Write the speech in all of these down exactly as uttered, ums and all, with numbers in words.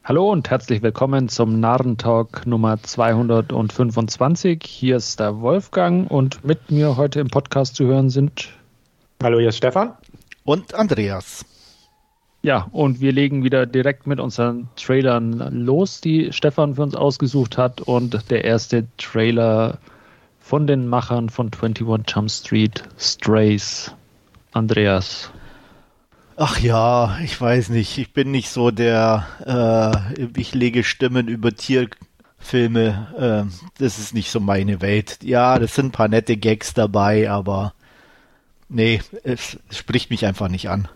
Hallo und herzlich willkommen zum Narrentalk Nummer zweihundertfünfundzwanzig. Hier ist der Wolfgang und mit mir heute im Podcast zu hören sind... Hallo, hier ist Stefan. Und Andreas. Ja, und wir legen wieder direkt mit unseren Trailern los, die Stefan für uns ausgesucht hat. Und der erste Trailer von den Machern von einundzwanzig Jump Street, Strays. Andreas. Ach ja, ich weiß nicht. Ich bin nicht so der, äh, ich lege Stimmen über Tierfilme. Äh, das ist nicht so meine Welt. Ja, das sind ein paar nette Gags dabei, aber nee, es, es spricht mich einfach nicht an.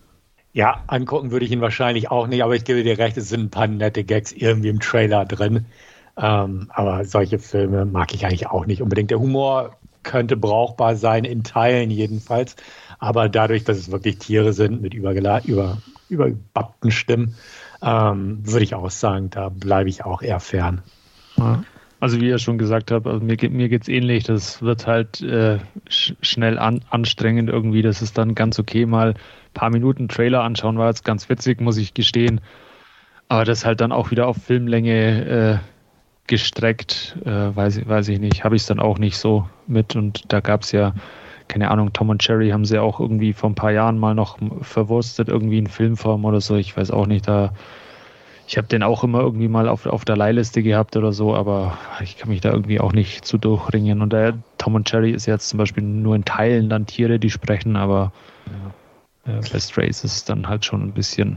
Ja, angucken würde ich ihn wahrscheinlich auch nicht, aber ich gebe dir recht, es sind ein paar nette Gags irgendwie im Trailer drin. Ähm, aber solche Filme mag ich eigentlich auch nicht unbedingt. Der Humor könnte brauchbar sein, in Teilen jedenfalls. Aber dadurch, dass es wirklich Tiere sind mit übergela- über, überbappten Stimmen, ähm, würde ich auch sagen, da bleibe ich auch eher fern. Ja. Also wie ihr schon gesagt habt, also mir, mir geht es ähnlich. Das wird halt äh, sch- schnell an, anstrengend irgendwie. Das ist dann ganz okay, mal ein paar Minuten Trailer anschauen, war jetzt ganz witzig, muss ich gestehen. Aber das halt dann auch wieder auf Filmlänge äh, gestreckt, äh, weiß, weiß ich nicht, habe ich es dann auch nicht so mit. Und da gab es ja, keine Ahnung, Tom und Jerry haben sie auch irgendwie vor ein paar Jahren mal noch verwurstet, irgendwie in Filmform oder so. Ich weiß auch nicht, da ich habe den auch immer irgendwie mal auf, auf der Leihliste gehabt oder so, aber ich kann mich da irgendwie auch nicht zu durchringen. Und der Tom und Jerry ist jetzt zum Beispiel nur in Teilen dann Tiere, die sprechen, aber ja. äh, bei Strays ist es dann halt schon ein bisschen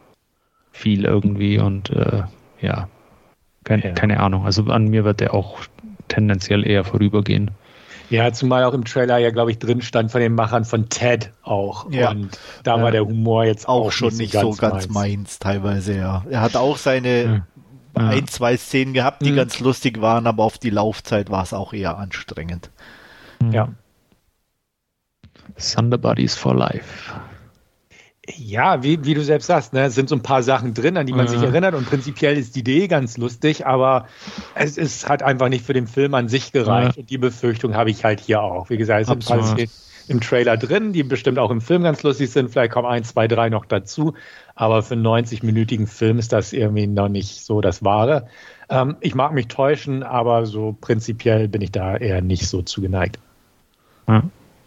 viel irgendwie und äh, ja, kein, ja, keine Ahnung. Also an mir wird der auch tendenziell eher vorübergehen. Ja, zumal auch im Trailer ja, glaube ich, drin stand von den Machern von Ted auch. Ja. Und da war der Humor jetzt auch, auch schon nicht so ganz, so ganz meins. meins teilweise, ja. Er hat auch seine ja. ein, zwei Szenen gehabt, die mhm. ganz lustig waren, aber auf die Laufzeit war es auch eher anstrengend. Ja. Thunderbuddies for Life. Ja, wie, wie du selbst sagst, ne, es sind so ein paar Sachen drin, an die man ja. sich erinnert und prinzipiell ist die Idee ganz lustig, aber es ist hat einfach nicht für den Film an sich gereicht ja. und die Befürchtung habe ich halt hier auch. Wie gesagt, es sind ein paar im Trailer drin, die bestimmt auch im Film ganz lustig sind, vielleicht kommen ein, zwei, drei noch dazu, aber für einen neunzig-minütigen Film ist das irgendwie noch nicht so das Wahre. Ähm, ich mag mich täuschen, aber so prinzipiell bin ich da eher nicht so zugeneigt. Ja.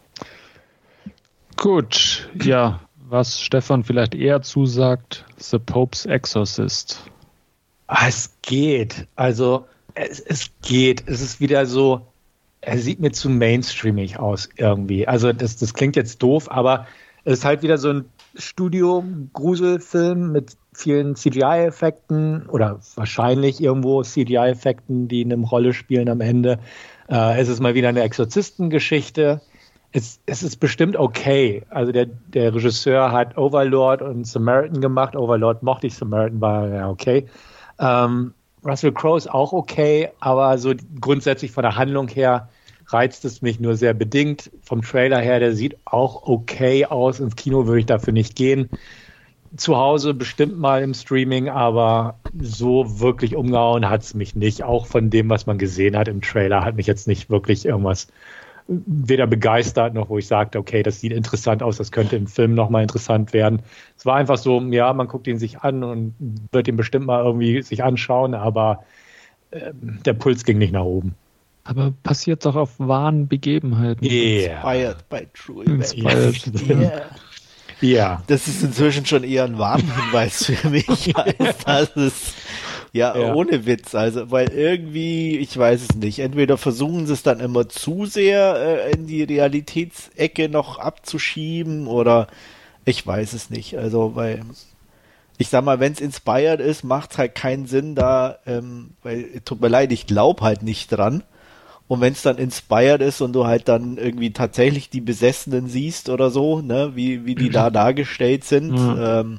Gut, ja. Was Stefan vielleicht eher zusagt, The Pope's Exorcist. Es geht. Also, es, es geht. Es ist wieder so, er sieht mir zu mainstreamig aus irgendwie. Also, das, das klingt jetzt doof, aber es ist halt wieder so ein Studio-Gruselfilm mit vielen C G I-Effekten oder wahrscheinlich irgendwo C G I-Effekten, die eine Rolle spielen am Ende. Äh, es ist mal wieder eine Exorzistengeschichte. Es, es ist bestimmt okay. Also der, der Regisseur hat Overlord und Samaritan gemacht. Overlord mochte ich, Samaritan war ja okay. Ähm, Russell Crowe ist auch okay, aber so grundsätzlich von der Handlung her reizt es mich nur sehr bedingt. Vom Trailer her, der sieht auch okay aus. Ins Kino würde ich dafür nicht gehen. Zu Hause bestimmt mal im Streaming, aber so wirklich umgehauen hat es mich nicht. Auch von dem, was man gesehen hat im Trailer, hat mich jetzt nicht wirklich irgendwas weder begeistert noch, wo ich sagte, okay, das sieht interessant aus, das könnte im Film nochmal interessant werden. Es war einfach so, ja, man guckt ihn sich an und wird ihn bestimmt mal irgendwie sich anschauen, aber äh, der Puls ging nicht nach oben. Aber passiert doch auf wahren Begebenheiten. Yeah. Inspired by true events. Inspired. Yeah. Ja. Das ist inzwischen schon eher ein Warnhinweis für mich, als das ist. Ja, ja, ohne Witz, also, weil irgendwie, ich weiß es nicht, entweder versuchen sie es dann immer zu sehr äh, in die Realitätsecke noch abzuschieben oder ich weiß es nicht, also, weil ich sag mal, wenn es inspired ist, macht es halt keinen Sinn da, ähm, weil, tut mir leid, ich glaube halt nicht dran und wenn es dann inspired ist und du halt dann irgendwie tatsächlich die Besessenen siehst oder so, ne, wie, wie die da dargestellt sind, mhm. ähm,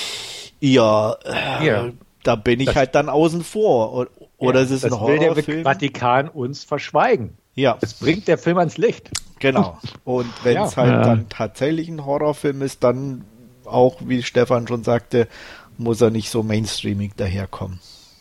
ja, äh, ja. Da bin ich das, halt dann außen vor. Oder ja, es ist ein Horrorfilm. Das will der Vatikan uns verschweigen. Ja. Es bringt der Film ans Licht. Genau. Und wenn es ja. halt ja. dann tatsächlich ein Horrorfilm ist, dann auch, wie Stefan schon sagte, muss er nicht so mainstreamig daherkommen.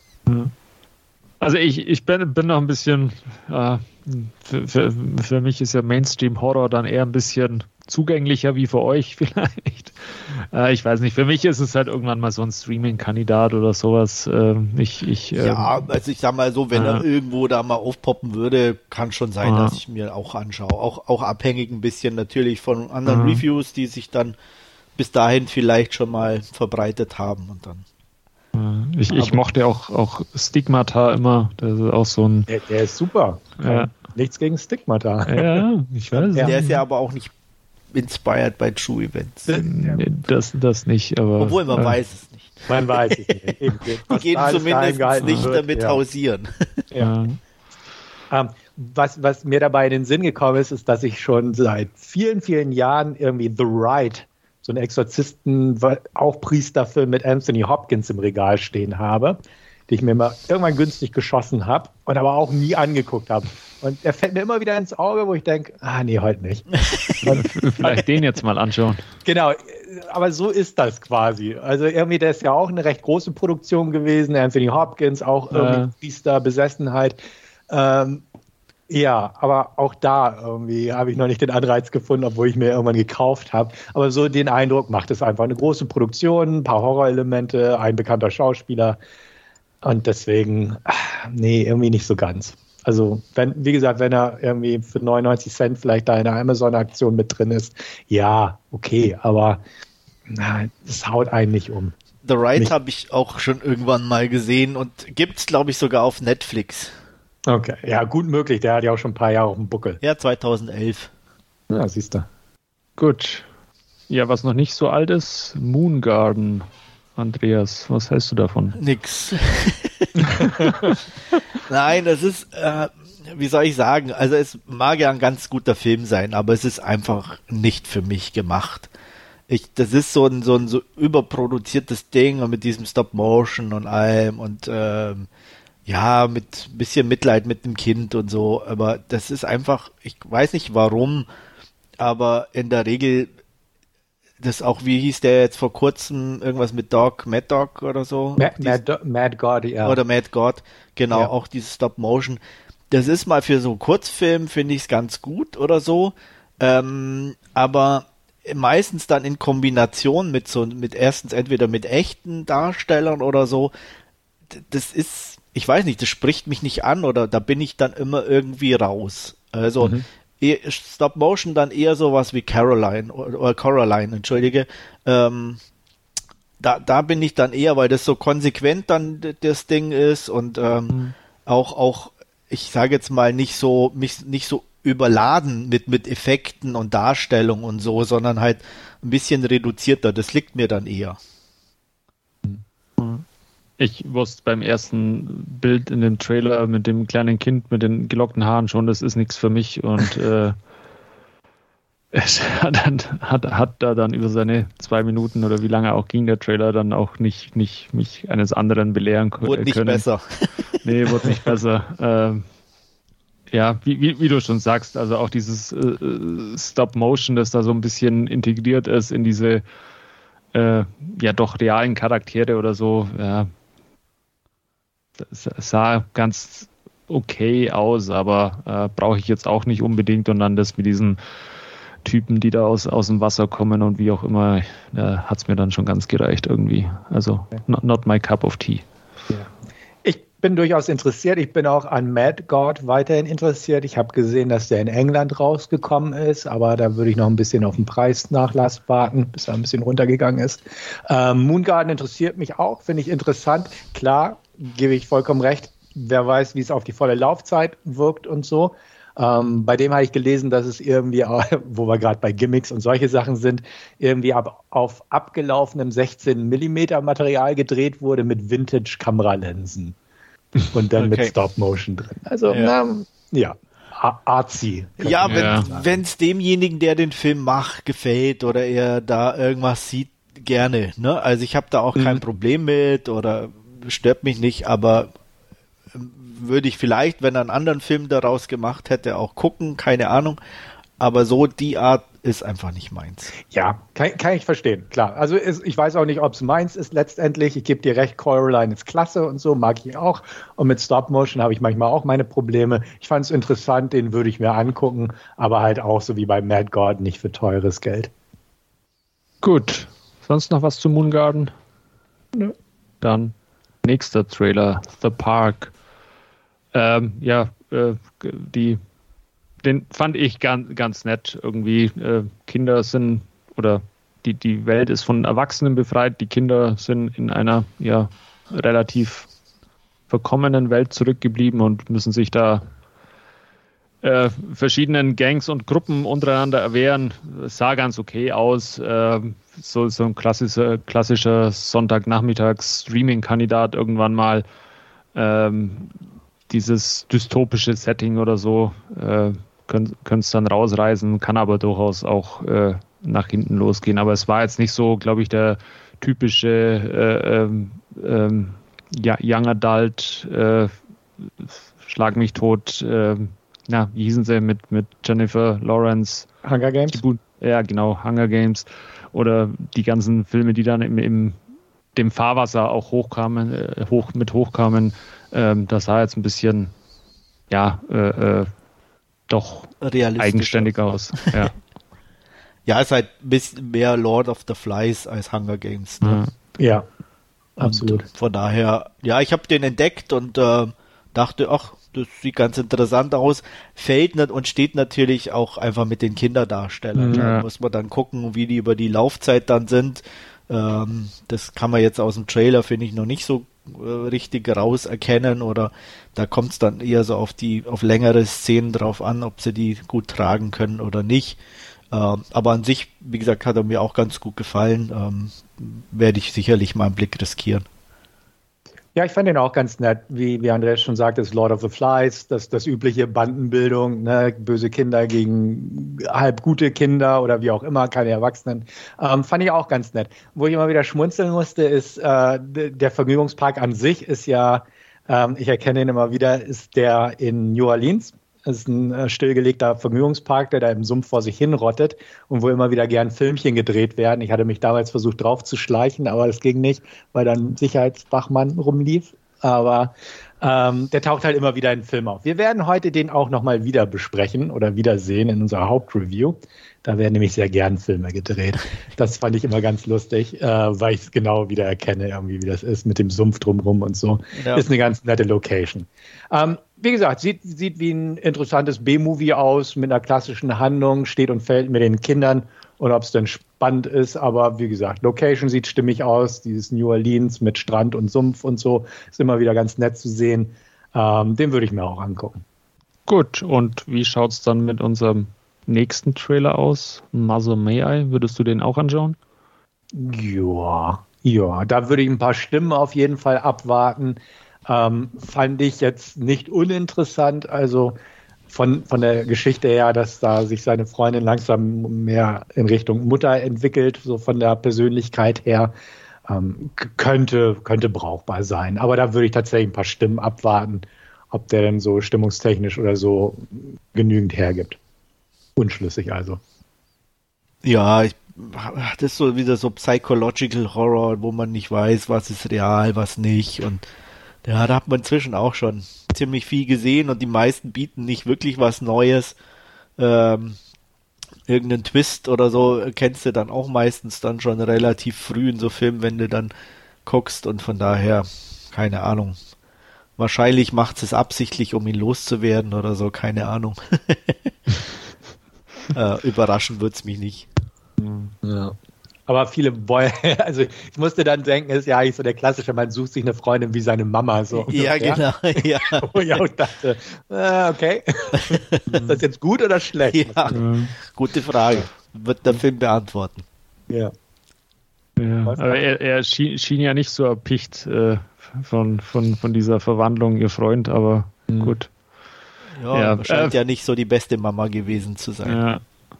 Also ich, ich bin, bin noch ein bisschen, äh, für, für, für mich ist ja Mainstream-Horror dann eher ein bisschen zugänglicher wie für euch vielleicht. Äh, ich weiß nicht, für mich ist es halt irgendwann mal so ein Streaming-Kandidat oder sowas. Äh, ich, ich, ja, ähm, also ich sag mal so, wenn äh, er irgendwo da mal aufpoppen würde, kann schon sein, äh, dass ich mir auch anschaue. Auch, auch abhängig ein bisschen natürlich von anderen äh, Reviews, die sich dann bis dahin vielleicht schon mal verbreitet haben und dann. äh, ich, ich mochte auch, auch Stigmata immer. Das ist auch so ein. Der, der ist super. Ja. Nichts gegen Stigmata. Ja, ich weiß. Der ist ja aber auch nicht inspired by True Events. Nee, das, das nicht, aber. Obwohl man äh, weiß es nicht. Man weiß es nicht. Eben, Die gehen zumindest nicht wird, damit ja. hausieren. Ja. Ähm, was, was mir dabei in den Sinn gekommen ist, ist, dass ich schon seit vielen, vielen Jahren irgendwie The Rite, so einen Exorzisten, auch Priesterfilm mit Anthony Hopkins im Regal stehen habe, die ich mir mal irgendwann günstig geschossen habe und aber auch nie angeguckt habe. Und er fällt mir immer wieder ins Auge, wo ich denke, ah nee, heute nicht. Und, Vielleicht den jetzt mal anschauen. genau, aber so ist das quasi. Also irgendwie, der ist ja auch eine recht große Produktion gewesen, Anthony Hopkins, auch irgendwie Äh. Priester, Besessenheit. Ähm, ja, aber auch da irgendwie habe ich noch nicht den Anreiz gefunden, obwohl ich mir irgendwann gekauft habe. Aber so den Eindruck macht es einfach eine große Produktion, ein paar Horrorelemente, ein bekannter Schauspieler. Und deswegen, ach, nee, irgendwie nicht so ganz. Also, wenn, wie gesagt, wenn er irgendwie für neunundneunzig Cent vielleicht da in der Amazon-Aktion mit drin ist, ja, okay, aber na, das haut einen nicht um. The Rite habe ich auch schon irgendwann mal gesehen und gibt's, glaube ich, sogar auf Netflix. Okay, ja, gut möglich. Der hat ja auch schon ein paar Jahre auf dem Buckel. Ja, zweitausendelf. Ja, siehst du. Gut. Ja, was noch nicht so alt ist, Moon Garden. Andreas, was hältst du davon? Nix. Nein, das ist, äh, wie soll ich sagen, also es mag ja ein ganz guter Film sein, aber es ist einfach nicht für mich gemacht. Ich, das ist so ein, so ein so überproduziertes Ding und mit diesem Stop-Motion und allem und ähm, ja, mit ein bisschen Mitleid mit dem Kind und so, aber das ist einfach, ich weiß nicht warum, aber in der Regel das auch, wie hieß der jetzt vor kurzem, irgendwas mit Dog, Mad Dog oder so? Mad, Mad, Mad God, ja. Oder Mad God, genau, Ja. auch dieses Stop-Motion. Das ist mal für so einen Kurzfilm, finde ich es ganz gut oder so, ähm, aber meistens dann in Kombination mit so, mit erstens entweder mit echten Darstellern oder so, das ist, ich weiß nicht, das spricht mich nicht an oder da bin ich dann immer irgendwie raus. Also, Mhm. Stop Motion dann eher sowas wie Caroline oder Coraline, entschuldige. Ähm, da, da bin ich dann eher, weil das so konsequent dann d- das Ding ist und ähm, Mhm. auch, auch, ich sage jetzt mal, nicht so, mich nicht so überladen mit, mit Effekten und Darstellung und so, sondern halt ein bisschen reduzierter. Das liegt mir dann eher. Ich wusste beim ersten Bild in dem Trailer mit dem kleinen Kind mit den gelockten Haaren schon, das ist nichts für mich und äh, es hat, dann, hat, hat da dann über seine zwei Minuten oder wie lange auch ging der Trailer dann auch nicht, nicht mich eines anderen belehren ko- Wurde nicht können. besser. Nee, wurde nicht besser. Ähm, ja, wie, wie, wie du schon sagst, also auch dieses äh, Stop-Motion, das da so ein bisschen integriert ist in diese äh, ja doch realen Charaktere oder so, ja, das sah ganz okay aus, aber äh, brauche ich jetzt auch nicht unbedingt und dann das mit diesen Typen, die da aus, aus dem Wasser kommen und wie auch immer, äh, hat es mir dann schon ganz gereicht irgendwie. Also not, not my cup of tea. Ja. Ich bin durchaus interessiert. Ich bin auch an Mad God weiterhin interessiert. Ich habe gesehen, dass der in England rausgekommen ist, aber da würde ich noch ein bisschen auf den Preisnachlass warten, bis er ein bisschen runtergegangen ist. Ähm, Moon Garden interessiert mich auch, finde ich interessant. Klar, gebe ich vollkommen recht. Wer weiß, wie es auf die volle Laufzeit wirkt und so. Ähm, bei dem habe ich gelesen, dass es irgendwie, wo wir gerade bei Gimmicks und solche Sachen sind, irgendwie ab, auf abgelaufenem sechzehn Millimeter Material gedreht wurde mit Vintage-Kameralinsen und dann Okay. mit Stop-Motion drin. Also, Ja. na, ja, a- artsy. Ja, Ja. wenn es demjenigen, der den Film macht, gefällt oder er da irgendwas sieht, gerne. Ne? Also ich habe da auch kein Mhm. Problem mit oder stört mich nicht, aber ähm, würde ich vielleicht, wenn er einen anderen Film daraus gemacht hätte, auch gucken, keine Ahnung. aber so die Art ist einfach nicht meins. Ja, kann, kann ich verstehen, klar. Also ist, ich weiß auch nicht, ob es meins ist letztendlich. Ich gebe dir recht, Coraline ist klasse und so, mag ich auch. Und mit Stop-Motion habe ich manchmal auch meine Probleme. Ich fand es interessant, den würde ich mir angucken, aber halt auch so wie bei Mad God, nicht für teures Geld. Gut, sonst noch was zu Moon Garden? Nö. Dann nächster Trailer, The Park. Ähm, ja, äh, die Den fand ich ganz, ganz nett. Irgendwie äh, Kinder sind, oder die, die Welt ist von Erwachsenen befreit. Die Kinder sind in einer ja relativ verkommenen Welt zurückgeblieben und müssen sich da äh, verschiedenen Gangs und Gruppen untereinander erwehren. Es sah ganz okay aus. Äh, so, so ein klassischer, klassischer Sonntagnachmittags-Streaming-Kandidat irgendwann mal. Ähm, dieses dystopische Setting oder so. Äh, können es dann rausreißen, kann aber durchaus auch äh, nach hinten losgehen. Aber es war jetzt nicht so, glaube ich, der typische äh, ähm, ähm, ja, Young Adult äh, Schlag mich tot, äh, na, wie hießen sie mit, mit Jennifer Lawrence? Hunger Games? Ja, genau, Hunger Games. Oder die ganzen Filme, die dann im, im dem Fahrwasser auch hochkamen, äh, hoch, mit hochkamen. Ähm, das sah jetzt ein bisschen, ja, äh, äh, doch eigenständig aus. Ja. Ja, ist halt ein bisschen mehr Lord of the Flies als Hunger Games. Ne? Ja, absolut. Und von daher, ja, ich habe den entdeckt und äh, dachte, ach, das sieht ganz interessant aus. Fällt nicht und steht natürlich auch einfach mit den Kinderdarstellern. Ja. Da muss man dann gucken, wie die über die Laufzeit dann sind. Ähm, das kann man jetzt aus dem Trailer, finde ich, noch nicht so richtig rauserkennen, oder da kommt es dann eher so auf die auf längere Szenen drauf an, ob sie die gut tragen können oder nicht. Ähm, aber an sich, wie gesagt, hat er mir auch ganz gut gefallen. Ähm, werde ich sicherlich mal einen Blick riskieren. Ja, ich fand den auch ganz nett, wie, wie Andreas schon sagte, das Lord of the Flies, das, das übliche Bandenbildung, ne, böse Kinder gegen halb gute Kinder oder wie auch immer, keine Erwachsenen. Ähm, fand ich auch ganz nett. Wo ich immer wieder schmunzeln musste, ist, äh, der Vergnügungspark an sich ist ja, ähm, ich erkenne ihn immer wieder, ist der in New Orleans. Das ist ein äh, stillgelegter Vergnügungspark, der da im Sumpf vor sich hinrottet und wo immer wieder gern Filmchen gedreht werden. Ich hatte mich damals versucht drauf zu schleichen, aber das ging nicht, weil dann ein Sicherheitswachmann rumlief. Aber ähm, der taucht halt immer wieder in Film auf. Wir werden heute den auch nochmal wieder besprechen oder wiedersehen in unserer Hauptreview. Da werden nämlich sehr gern Filme gedreht. Das fand ich immer ganz lustig, äh, weil ich es genau wieder erkenne, irgendwie, wie das ist mit dem Sumpf drumrum und so. Ja. Ist eine ganz nette Location. Ähm, wie gesagt, sieht, sieht wie ein interessantes B-Movie aus, mit einer klassischen Handlung, steht und fällt mit den Kindern und ob es dann spannend ist. Aber wie gesagt, Location sieht stimmig aus, dieses New Orleans mit Strand und Sumpf und so, ist immer wieder ganz nett zu sehen. Ähm, den würde ich mir auch angucken. Gut, und wie schaut es dann mit unserem nächsten Trailer aus? Mother May I, würdest du den auch anschauen? Ja, ja, da würde ich ein paar Stimmen auf jeden Fall abwarten. Ähm, fand ich jetzt nicht uninteressant, also von, von der Geschichte her, dass da sich seine Freundin langsam mehr in Richtung Mutter entwickelt, so von der Persönlichkeit her, ähm, könnte, könnte brauchbar sein. Aber da würde ich tatsächlich ein paar Stimmen abwarten, ob der denn so stimmungstechnisch oder so genügend hergibt. Unschlüssig also. Ja, ich, das ist so wieder so Psychological Horror, wo man nicht weiß, was ist real, was nicht, und ja, da hat man inzwischen auch schon ziemlich viel gesehen und die meisten bieten nicht wirklich was Neues. Ähm, irgendeinen Twist oder so kennst du dann auch meistens dann schon relativ früh in so Filmen, wenn du dann guckst, und von daher, keine Ahnung. Wahrscheinlich macht es absichtlich, um ihn loszuwerden oder so, keine Ahnung. äh, überraschen wird's mich nicht. Ja. Aber viele wollen, also ich musste dann denken, ist ja eigentlich so der klassische, man sucht sich eine Freundin wie seine Mama. So. Ja, genau. Ja. Wo ich auch dachte, äh, okay, ist das jetzt gut oder schlecht? Ja, gute Frage. Wird der Film beantworten. Ja. Ja, aber er, er schien, schien ja nicht so erpicht äh, von, von, von dieser Verwandlung, ihr Freund, aber mhm. gut. Ja, ja, scheint äh, ja nicht so die beste Mama gewesen zu sein. Ja.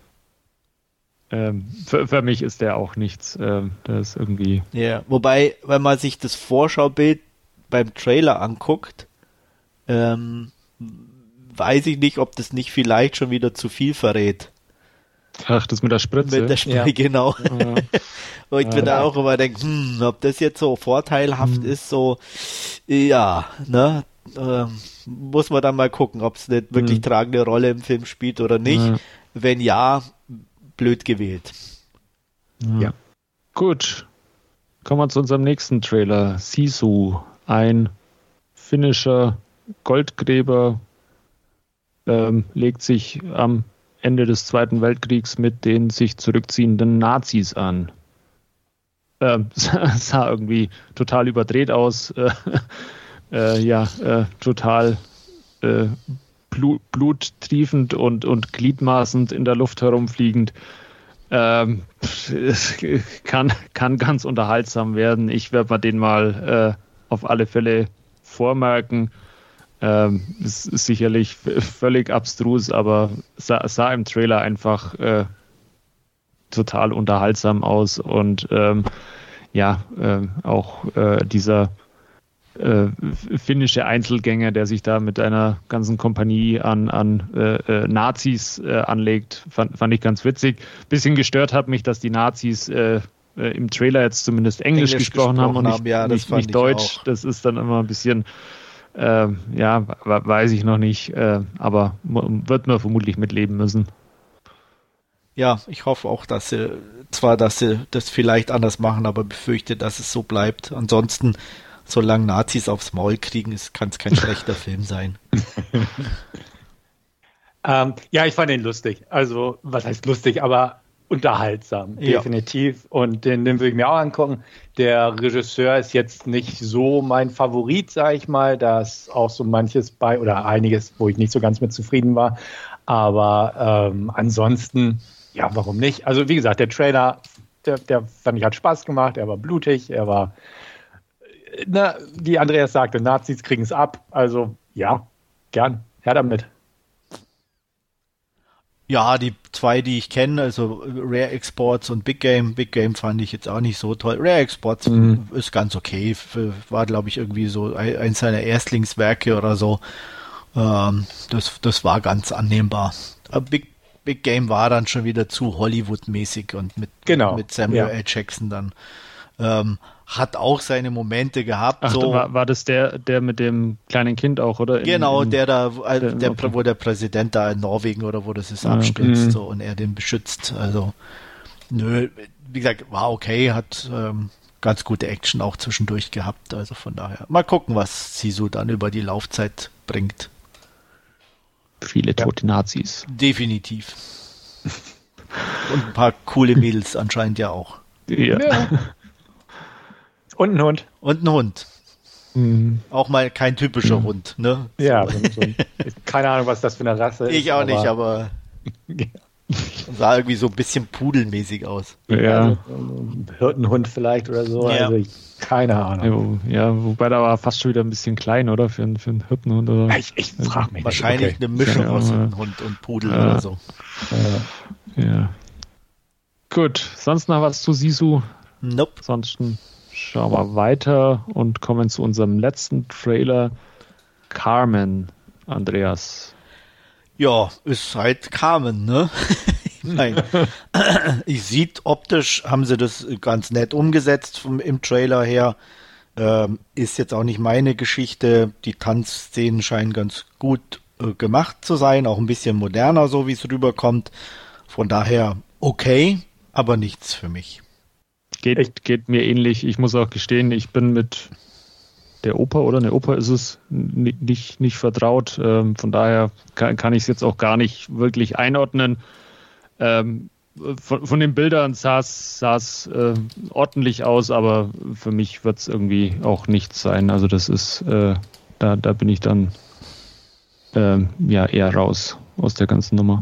Ähm, für, für mich ist der auch nichts. Ähm, das ist irgendwie. Ja, wobei, wenn man sich das Vorschaubild beim Trailer anguckt, ähm, weiß ich nicht, ob das nicht vielleicht schon wieder zu viel verrät. Ach, das mit der Spritze. Mit der Spritze, ja. Genau. Ja. Wo ich ja, mir da auch immer denke, hm, ob das jetzt so vorteilhaft hm. ist, so, ja, ne, ähm, muss man dann mal gucken, ob es eine wirklich hm. tragende Rolle im Film spielt oder nicht. Ja. Wenn ja, blöd gewählt. Ja. ja. Gut. Kommen wir zu unserem nächsten Trailer. Sisu, ein finnischer Goldgräber, ähm, legt sich am Ende des Zweiten Weltkriegs mit den sich zurückziehenden Nazis an. Ähm, sah irgendwie total überdreht aus. Äh, äh, ja, äh, total äh, blut, bluttriefend und, und gliedmaßend in der Luft herumfliegend. Ähm, es kann, kann ganz unterhaltsam werden. Ich werde mir den mal äh, auf alle Fälle vormerken. Ähm, es ist sicherlich f- völlig abstrus, aber sah, sah im Trailer einfach äh, total unterhaltsam aus und ähm, ja, äh, auch äh, dieser äh, finnische Einzelgänger, der sich da mit einer ganzen Kompanie an, an äh, äh, Nazis äh, anlegt, fand, fand ich ganz witzig. Bisschen gestört hat mich, dass die Nazis äh, äh, im Trailer jetzt zumindest Englisch, Englisch gesprochen, gesprochen haben und nicht, haben. Ja, nicht, nicht Deutsch. Auch. Das ist dann immer ein bisschen Äh, ja, weiß ich noch nicht, äh, aber wird man vermutlich mitleben müssen. Ja, ich hoffe auch, dass sie, zwar, dass sie das vielleicht anders machen, aber befürchte, dass es so bleibt. Ansonsten, solange Nazis aufs Maul kriegen, kann es kein schlechter Film sein. ähm, ja, ich fand ihn lustig. Also, was heißt lustig, aber unterhaltsam, ja. definitiv. Und den, den würde ich mir auch angucken. Der Regisseur ist jetzt nicht so mein Favorit, sage ich mal. Da ist auch so manches bei oder einiges, wo ich nicht so ganz mit zufrieden war. Aber ähm, ansonsten, ja, warum nicht? Also wie gesagt, der Trailer, der, der fand ich, hat Spaß gemacht. Er war blutig, er war, na, wie Andreas sagte, Nazis kriegen es ab. Also ja, gern, her damit. Ja, die zwei, die ich kenne, also Rare Exports und Big Game. Big Game fand ich jetzt auch nicht so toll. Rare Exports mhm. ist ganz okay. War, glaube ich, irgendwie so eins seiner Erstlingswerke oder so. Ähm, das, das war ganz annehmbar. Aber Big, Big Game war dann schon wieder zu Hollywood-mäßig und mit, genau. mit Samuel ja. L. Jackson dann. Ähm, hat auch seine Momente gehabt. Ach, so. war, war das der, der mit dem kleinen Kind auch, oder? In, genau, in, der da, der, der, okay. wo der Präsident da in Norwegen oder wo das ist, abstürzt, mhm. so, und er den beschützt. Also, nö, wie gesagt, war okay, hat ähm, ganz gute Action auch zwischendurch gehabt. Also von daher, mal gucken, was Sisu dann über die Laufzeit bringt. Viele tote ja. Nazis. Definitiv. Und ein paar coole Mädels anscheinend ja auch. Ja. ja. Und ein Hund. Und ein Hund. Mhm. Auch mal kein typischer mhm. Hund, ne? Ja, so. So ein, keine Ahnung, was das für eine Rasse ist. Ich auch aber nicht, aber sah irgendwie so ein bisschen pudelmäßig aus. Ja. Also, ein Hirtenhund vielleicht oder so. Ja. Also ich, keine Ahnung. Ja, ja, wobei da war fast schon wieder ein bisschen klein, oder? Für, einen, für einen Hirtenhund oder? Ich, ich frage mich. Wahrscheinlich okay. eine Mischung ja, aus Hund und Pudel ja. oder so. Ja. ja. Gut, sonst noch was zu Sisu? Nope. Ansonsten schauen wir weiter und kommen zu unserem letzten Trailer. Carmen, Andreas. Ja, ist halt Carmen, ne? Ich meine, ich sieht optisch, haben sie das ganz nett umgesetzt vom, im Trailer her. Ähm, ist jetzt auch nicht meine Geschichte. Die Tanzszenen scheinen ganz gut äh, gemacht zu sein, auch ein bisschen moderner, so wie es rüberkommt. Von daher okay, aber nichts für mich. Geht, geht mir ähnlich. Ich muss auch gestehen, ich bin mit der Oper oder eine Oper ist es nicht, nicht vertraut. Ähm, von daher kann, kann ich es jetzt auch gar nicht wirklich einordnen. Ähm, von, von den Bildern sah es äh, ordentlich aus, aber für mich wird es irgendwie auch nichts sein. Also das ist, äh, da, da bin ich dann äh, ja eher raus aus der ganzen Nummer.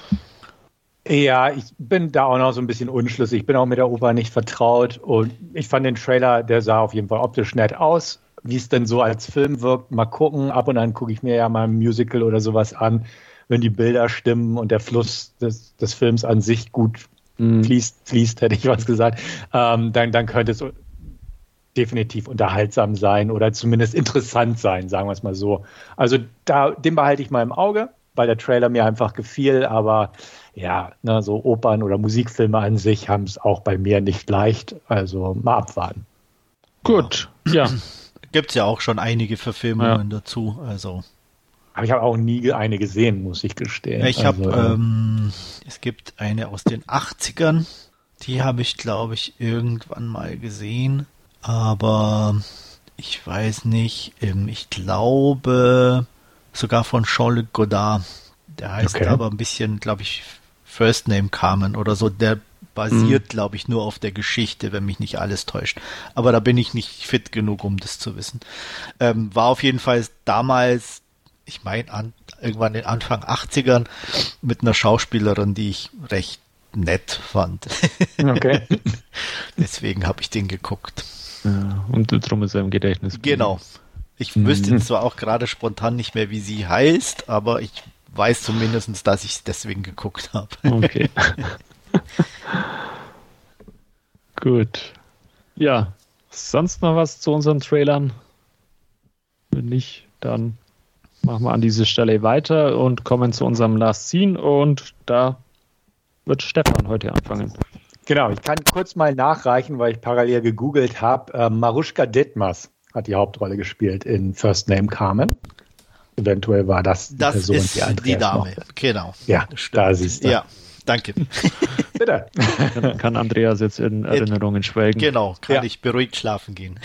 Ja, ich bin da auch noch so ein bisschen unschlüssig. Ich bin auch mit der Oper nicht vertraut und ich fand den Trailer, der sah auf jeden Fall optisch nett aus. Wie es denn so als Film wirkt, mal gucken. Ab und an gucke ich mir ja mal ein Musical oder sowas an, wenn die Bilder stimmen und der Fluss des, des Films an sich gut mhm. fließt, fließt, hätte ich was gesagt, ähm, dann, dann könnte es definitiv unterhaltsam sein oder zumindest interessant sein, sagen wir es mal so. Also da, den behalte ich mal im Auge. weil der Trailer mir einfach gefiel, aber ja, ne, so Opern oder Musikfilme an sich haben es auch bei mir nicht leicht, also mal abwarten. Gut, ja. Gibt es ja auch schon einige Verfilmungen ja. dazu, also. Aber ich habe auch nie eine gesehen, muss ich gestehen. Ich habe, also, ähm, es gibt eine aus den achtzigern, die habe ich, glaube ich, irgendwann mal gesehen, aber ich weiß nicht, ich glaube sogar von Jean-Luc Godard, der heißt okay. aber ein bisschen, glaube ich, First Name Carmen oder so, der basiert, mhm. glaube ich, nur auf der Geschichte, wenn mich nicht alles täuscht. Aber da bin ich nicht fit genug, um das zu wissen. Ähm, war auf jeden Fall damals, ich meine, an, irgendwann in Anfang achtzigern mit einer Schauspielerin, die ich recht nett fand. Okay. Deswegen habe ich den geguckt. Ja, und drum ist er im Gedächtnis. Genau. Ich mhm. wüsste zwar auch gerade spontan nicht mehr, wie sie heißt, aber ich weiß zumindest, dass ich es deswegen geguckt habe. Okay. Gut. Ja, sonst noch was zu unseren Trailern? Wenn nicht, dann machen wir an dieser Stelle weiter und kommen zu unserem Last Scene und da wird Stefan heute anfangen. Genau, ich kann kurz mal nachreichen, weil ich parallel gegoogelt habe. Äh, Maruschka Ditmas hat die Hauptrolle gespielt in First Name Carmen. Eventuell war das die das Person, ist die Andreas die Dame, mochte. Genau. Ja, da siehst du. Ja, danke. Bitte. Dann kann Andreas jetzt in Erinnerungen schwelgen. Genau, kann ja. ich beruhigt schlafen gehen.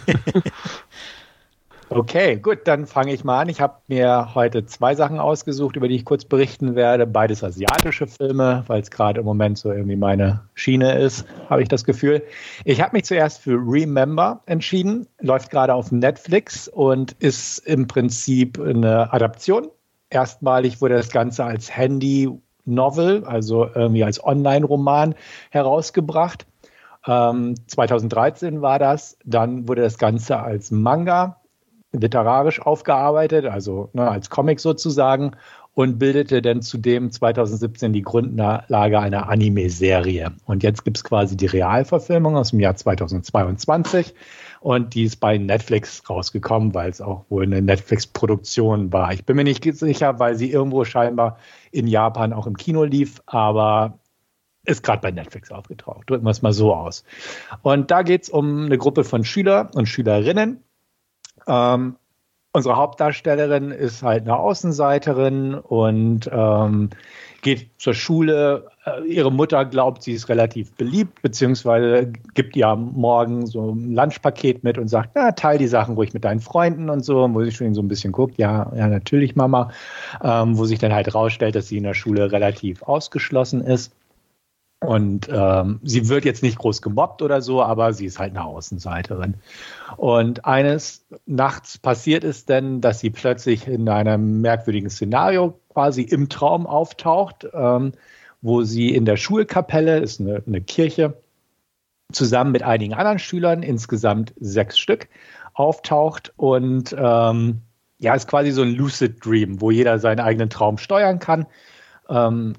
Okay, gut, dann fange ich mal an. Ich habe mir heute zwei Sachen ausgesucht, über die ich kurz berichten werde. Beides asiatische Filme, weil es gerade im Moment so irgendwie meine Schiene ist, habe ich das Gefühl. Ich habe mich zuerst für Remember entschieden, läuft gerade auf Netflix und ist im Prinzip eine Adaption. Erstmalig wurde das Ganze als Handy-Novel, also irgendwie als Online-Roman herausgebracht. Ähm, zweitausenddreizehn war das. Dann wurde das Ganze als Manga literarisch aufgearbeitet, also ne, als Comic sozusagen, und bildete dann zudem zweitausendsiebzehn die Grundlage einer Anime-Serie. Und jetzt gibt es quasi die Realverfilmung aus dem Jahr zweitausendzweiundzwanzig und die ist bei Netflix rausgekommen, weil es auch wohl eine Netflix-Produktion war. Ich bin mir nicht sicher, weil sie irgendwo scheinbar in Japan auch im Kino lief, aber ist gerade bei Netflix aufgetaucht. Drücken wir es mal so aus. Und da geht es um eine Gruppe von Schüler und Schülerinnen. Ähm, unsere Hauptdarstellerin ist halt eine Außenseiterin und ähm, geht zur Schule. Äh, ihre Mutter glaubt, sie ist relativ beliebt, beziehungsweise gibt ihr am Morgen so ein Lunchpaket mit und sagt, na, teil die Sachen ruhig mit deinen Freunden und so, wo sie schon so ein bisschen guckt, ja, ja, natürlich, Mama, ähm, wo sich dann halt rausstellt, dass sie in der Schule relativ ausgeschlossen ist. Und ähm, sie wird jetzt nicht groß gemobbt oder so, aber sie ist halt eine Außenseiterin. Und eines Nachts passiert es dann, dass sie plötzlich in einem merkwürdigen Szenario quasi im Traum auftaucht, ähm, wo sie in der Schulkapelle, ist eine, eine Kirche, zusammen mit einigen anderen Schülern, insgesamt sechs Stück, auftaucht und ähm, ja, ist quasi so ein Lucid Dream, wo jeder seinen eigenen Traum steuern kann. Ähm,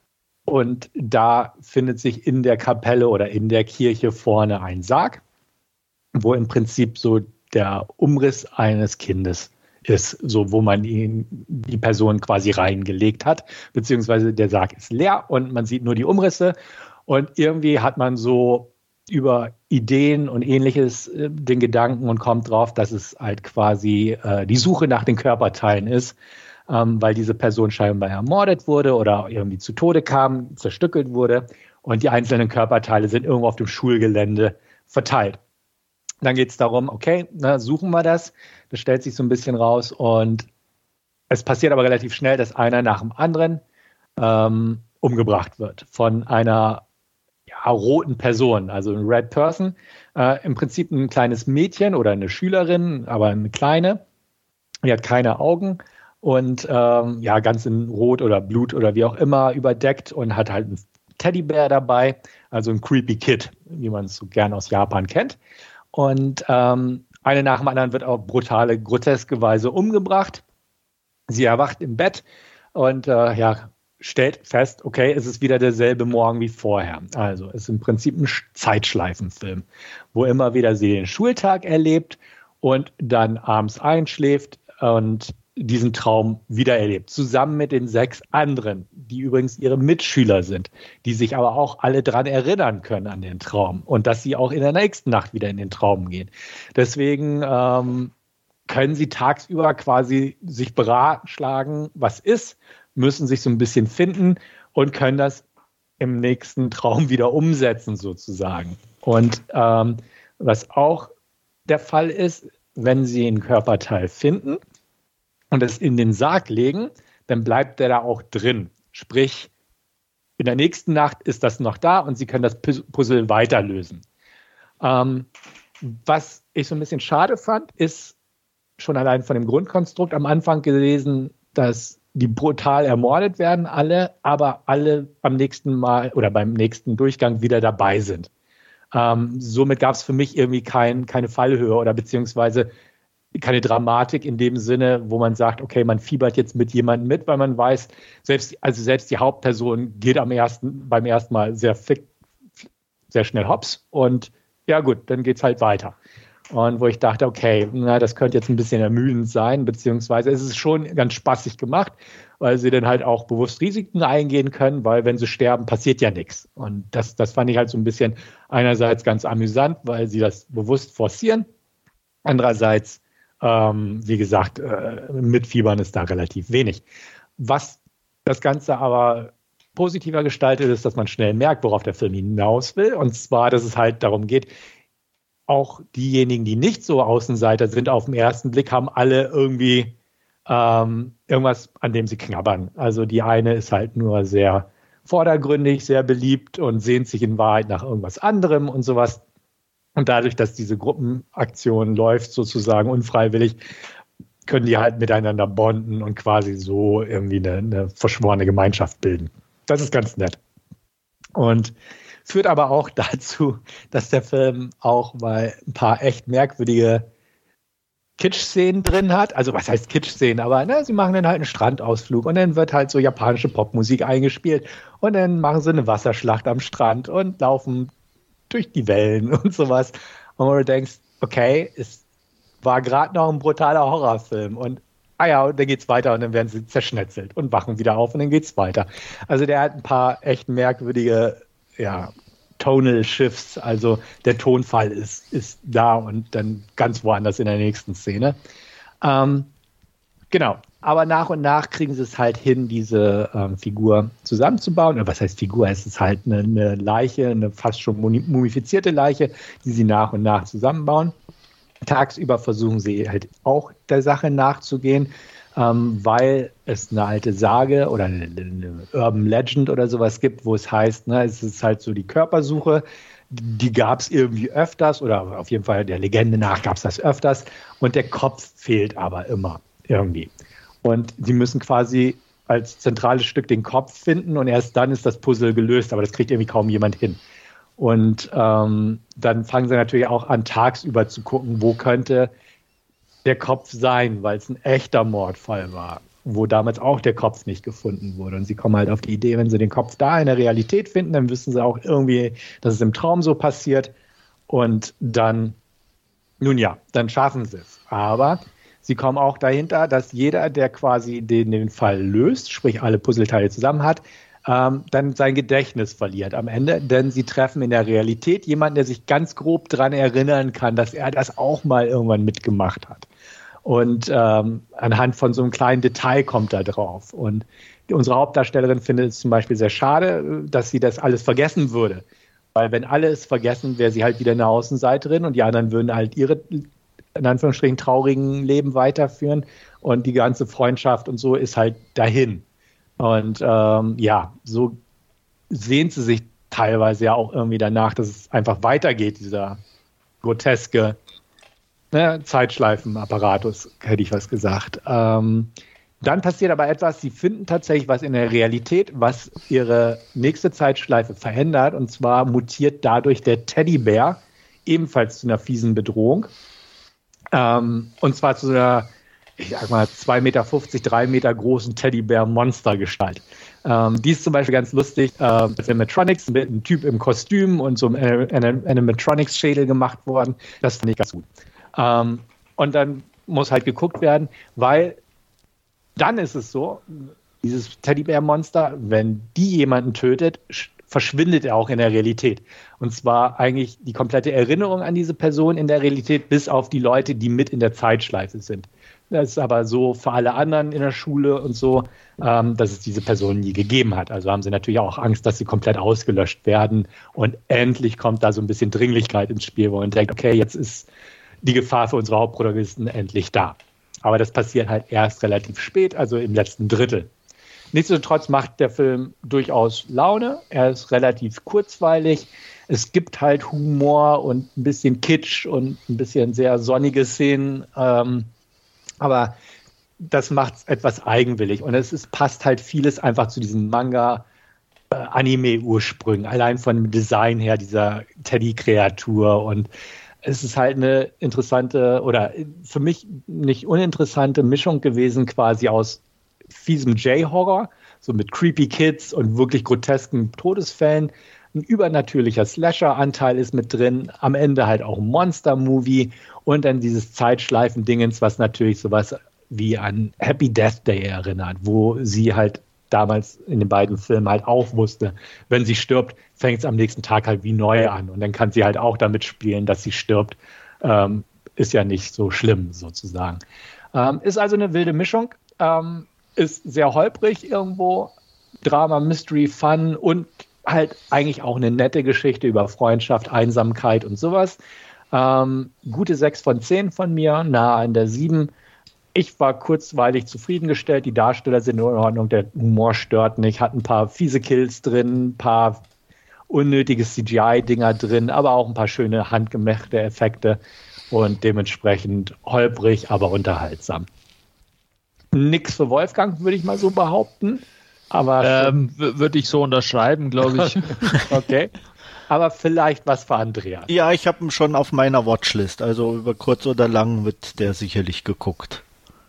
Und da findet sich in der Kapelle oder in der Kirche vorne ein Sarg, wo im Prinzip so der Umriss eines Kindes ist, so wo man ihn, die Person quasi reingelegt hat, beziehungsweise der Sarg ist leer und man sieht nur die Umrisse und irgendwie hat man so über Ideen und Ähnliches äh, den Gedanken und kommt drauf, dass es halt quasi äh, die Suche nach den Körperteilen ist, Ähm, weil diese Person scheinbar ermordet wurde oder irgendwie zu Tode kam, zerstückelt wurde und die einzelnen Körperteile sind irgendwo auf dem Schulgelände verteilt. Dann geht es darum, okay, na, suchen wir das, das stellt sich so ein bisschen raus und es passiert aber relativ schnell, dass einer nach dem anderen ähm, umgebracht wird von einer ja, roten Person, also ein Red Person, äh, im Prinzip ein kleines Mädchen oder eine Schülerin, aber eine kleine, die hat keine Augen, und ähm, ja, ganz in Rot oder Blut oder wie auch immer überdeckt und hat halt einen Teddybär dabei, also ein Creepy Kid, wie man es so gern aus Japan kennt. Und ähm, eine nach dem anderen wird auf brutale, groteske Weise umgebracht. Sie erwacht im Bett und äh, ja, stellt fest, okay, es ist wieder derselbe Morgen wie vorher. Also es ist im Prinzip ein Zeitschleifenfilm, wo immer wieder sie den Schultag erlebt und dann abends einschläft und diesen Traum wiedererlebt, zusammen mit den sechs anderen, die übrigens ihre Mitschüler sind, die sich aber auch alle dran erinnern können an den Traum und dass sie auch in der nächsten Nacht wieder in den Traum gehen. Deswegen ähm, können sie tagsüber quasi sich beratschlagen, was ist, müssen sich so ein bisschen finden und können das im nächsten Traum wieder umsetzen sozusagen. Und ähm, was auch der Fall ist, wenn sie einen Körperteil finden und es in den Sarg legen, dann bleibt der da auch drin. Sprich, in der nächsten Nacht ist das noch da und sie können das Puzzle weiterlösen. Ähm, was ich so ein bisschen schade fand, ist schon allein von dem Grundkonstrukt am Anfang gelesen, dass die brutal ermordet werden, alle, aber alle am nächsten Mal oder beim nächsten Durchgang wieder dabei sind. Ähm, somit gab es für mich irgendwie kein, keine Fallhöhe oder beziehungsweise keine Dramatik in dem Sinne, wo man sagt, okay, man fiebert jetzt mit jemandem mit, weil man weiß, selbst, also selbst die Hauptperson geht am ersten, beim ersten Mal sehr fit, sehr schnell hops und ja gut, dann geht's halt weiter. Und wo ich dachte, okay, na, das könnte jetzt ein bisschen ermüdend sein, beziehungsweise es ist schon ganz spaßig gemacht, weil sie dann halt auch bewusst Risiken eingehen können, weil wenn sie sterben, passiert ja nichts. Und das, das fand ich halt so ein bisschen einerseits ganz amüsant, weil sie das bewusst forcieren. Andererseits, ähm, wie gesagt, äh, mitfiebern ist da relativ wenig. Was das Ganze aber positiver gestaltet ist, dass man schnell merkt, worauf der Film hinaus will. Und zwar, dass es halt darum geht, auch diejenigen, die nicht so Außenseiter sind, auf den ersten Blick haben alle irgendwie ähm, irgendwas, an dem sie knabbern. Also die eine ist halt nur sehr vordergründig, sehr beliebt und sehnt sich in Wahrheit nach irgendwas anderem und sowas. Und dadurch, dass diese Gruppenaktion läuft, sozusagen unfreiwillig, können die halt miteinander bonden und quasi so irgendwie eine, eine verschworene Gemeinschaft bilden. Das ist ganz nett. Und führt aber auch dazu, dass der Film auch mal ein paar echt merkwürdige Kitsch-Szenen drin hat. Also was heißt Kitsch-Szenen? Aber ne, sie machen dann halt einen Strandausflug und dann wird halt so japanische Popmusik eingespielt und dann machen sie eine Wasserschlacht am Strand und laufen durch die Wellen und sowas. Und wo du denkst, okay, es war gerade noch ein brutaler Horrorfilm und ah ja, und dann geht's weiter und dann werden sie zerschnetzelt und wachen wieder auf und dann geht's weiter. Also der hat ein paar echt merkwürdige ja, Tonal Shifts, also der Tonfall ist, ist da und dann ganz woanders in der nächsten Szene. Ähm, genau, aber nach und nach kriegen sie es halt hin, diese ähm, Figur zusammenzubauen. Oder was heißt Figur? Es ist halt eine, eine Leiche, eine fast schon mumifizierte Leiche, die sie nach und nach zusammenbauen. Tagsüber versuchen sie halt auch der Sache nachzugehen, ähm, weil es eine alte Sage oder eine, eine Urban Legend oder sowas gibt, wo es heißt, ne, es ist halt so die Körpersuche, die gab es irgendwie öfters oder auf jeden Fall der Legende nach gab es das öfters und der Kopf fehlt aber immer irgendwie. Und sie müssen quasi als zentrales Stück den Kopf finden und erst dann ist das Puzzle gelöst, aber das kriegt irgendwie kaum jemand hin. Und ähm, dann fangen sie natürlich auch an, tagsüber zu gucken, wo könnte der Kopf sein, weil es ein echter Mordfall war, wo damals auch der Kopf nicht gefunden wurde. Und sie kommen halt auf die Idee, wenn sie den Kopf da in der Realität finden, dann wissen sie auch irgendwie, dass es im Traum so passiert. Und dann, nun ja, dann schaffen sie es. Aber sie kommen auch dahinter, dass jeder, der quasi den, den Fall löst, sprich alle Puzzleteile zusammen hat, ähm, dann sein Gedächtnis verliert am Ende. Denn sie treffen in der Realität jemanden, der sich ganz grob daran erinnern kann, dass er das auch mal irgendwann mitgemacht hat. Und ähm, anhand von so einem kleinen Detail kommt er drauf. Und die, unsere Hauptdarstellerin findet es zum Beispiel sehr schade, dass sie das alles vergessen würde. Weil wenn alle es vergessen, wäre sie halt wieder eine Außenseiterin und die anderen würden halt ihre, in Anführungsstrichen, traurigen Leben weiterführen. Und die ganze Freundschaft und so ist halt dahin. Und ähm, ja, so sehnt sie sich teilweise ja auch irgendwie danach, dass es einfach weitergeht, dieser groteske ne, Zeitschleifenapparatus, hätte ich was gesagt. Ähm, dann passiert aber etwas, sie finden tatsächlich was in der Realität, was ihre nächste Zeitschleife verändert. Und zwar mutiert dadurch der Teddybär ebenfalls zu einer fiesen Bedrohung. Ähm, und zwar zu einer, ich sag mal, zwei Meter fünfzig, drei Meter großen Teddybär-Monstergestalt. Ähm, die ist zum Beispiel ganz lustig, äh, mit Animatronics, mit einem Typ im Kostüm und so einem Animatronics-Schädel gemacht worden. Das finde ich ganz gut. Ähm, und dann muss halt geguckt werden, weil dann ist es so, dieses Teddybär-Monster, wenn die jemanden tötet, verschwindet er auch in der Realität. Und zwar eigentlich die komplette Erinnerung an diese Person in der Realität, bis auf die Leute, die mit in der Zeitschleife sind. Das ist aber so für alle anderen in der Schule und so, ähm, dass es diese Person nie gegeben hat. Also haben sie natürlich auch Angst, dass sie komplett ausgelöscht werden. Und endlich kommt da so ein bisschen Dringlichkeit ins Spiel, wo man denkt, okay, jetzt ist die Gefahr für unsere Hauptprotagonisten endlich da. Aber das passiert halt erst relativ spät, also im letzten Drittel. Nichtsdestotrotz macht der Film durchaus Laune. Er ist relativ kurzweilig. Es gibt halt Humor und ein bisschen Kitsch und ein bisschen sehr sonnige Szenen. Ähm, aber das macht es etwas eigenwillig. Und es ist, passt halt vieles einfach zu diesen Manga-Anime-Ursprüngen. Allein von dem Design her, dieser Teddy-Kreatur. Und es ist halt eine interessante oder für mich nicht uninteressante Mischung gewesen quasi aus fiesem J-Horror, so mit creepy Kids und wirklich grotesken Todesfällen. Ein übernatürlicher Slasher-Anteil ist mit drin, am Ende halt auch ein Monster-Movie und dann dieses Zeitschleifen-Dingens, was natürlich sowas wie an Happy Death Day erinnert, wo sie halt damals in den beiden Filmen halt auch wusste, wenn sie stirbt, fängt es am nächsten Tag halt wie neu an und dann kann sie halt auch damit spielen, dass sie stirbt. Ähm, ist ja nicht so schlimm sozusagen. Ähm, ist also eine wilde Mischung. Ähm, ist sehr holprig irgendwo, Drama, Mystery, Fun und halt eigentlich auch eine nette Geschichte über Freundschaft, Einsamkeit und sowas. Ähm, gute sechs von zehn von mir, nahe an der sieben. Ich war kurzweilig zufriedengestellt, die Darsteller sind in Ordnung, der Humor stört nicht, hat ein paar fiese Kills drin, ein paar unnötige C G I-Dinger drin, aber auch ein paar schöne handgemachte Effekte und dementsprechend holprig, aber unterhaltsam. Nix für Wolfgang, würde ich mal so behaupten. Aber ähm, würde ich so unterschreiben, glaube ich. Okay. Aber vielleicht was für Andreas. Ja, ich habe ihn schon auf meiner Watchlist. Also über kurz oder lang wird der sicherlich geguckt.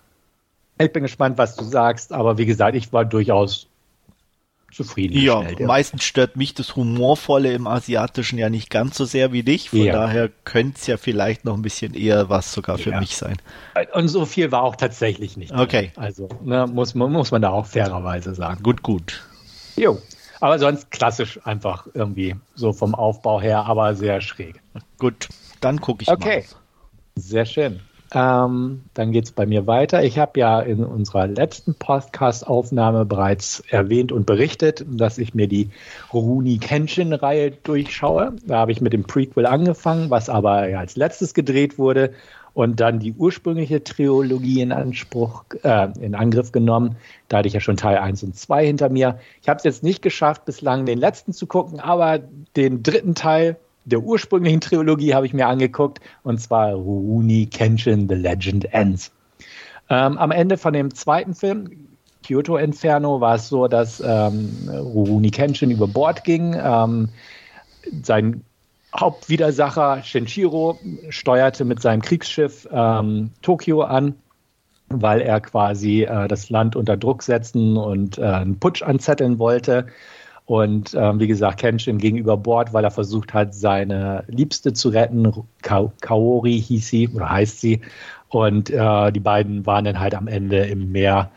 Ich bin gespannt, was du sagst. Aber wie gesagt, ich war durchaus zufrieden. Ja, meistens stört mich das Humorvolle im Asiatischen ja nicht ganz so sehr wie dich. Von ja. daher könnte es ja vielleicht noch ein bisschen eher was sogar für ja. mich sein. Und so viel war auch tatsächlich nicht. Okay. Mehr. Also ne, muss, man, muss man da auch fairerweise sagen. Gut, gut. Jo. Aber sonst klassisch einfach irgendwie so vom Aufbau her, aber sehr schräg. Gut, dann gucke ich okay. mal. Okay, sehr schön. Ähm, dann geht es bei mir weiter. Ich habe ja in unserer letzten Podcast-Aufnahme bereits erwähnt und berichtet, dass ich mir die Rurouni Kenshin-Reihe durchschaue. Da habe ich mit dem Prequel angefangen, was aber ja als letztes gedreht wurde und dann die ursprüngliche Trilogie in Anspruch, äh, in Angriff genommen. Da hatte ich ja schon Teil eins und zwei hinter mir. Ich habe es jetzt nicht geschafft, bislang den letzten zu gucken, aber den dritten Teil der ursprünglichen Trilogie habe ich mir angeguckt, und zwar Rurouni Kenshin The Legend Ends. Ähm, am Ende von dem zweiten Film, Kyoto Inferno, war es so, dass ähm, Rurouni Kenshin über Bord ging. Ähm, sein Hauptwidersacher Shenshiro steuerte mit seinem Kriegsschiff ähm, Tokio an, weil er quasi äh, das Land unter Druck setzen und äh, einen Putsch anzetteln wollte. Und ähm, wie gesagt, Kenshin ging über Bord, weil er versucht hat, seine Liebste zu retten. Ka- Kaori hieß sie oder heißt sie. Und äh, die beiden waren dann halt am Ende im Meer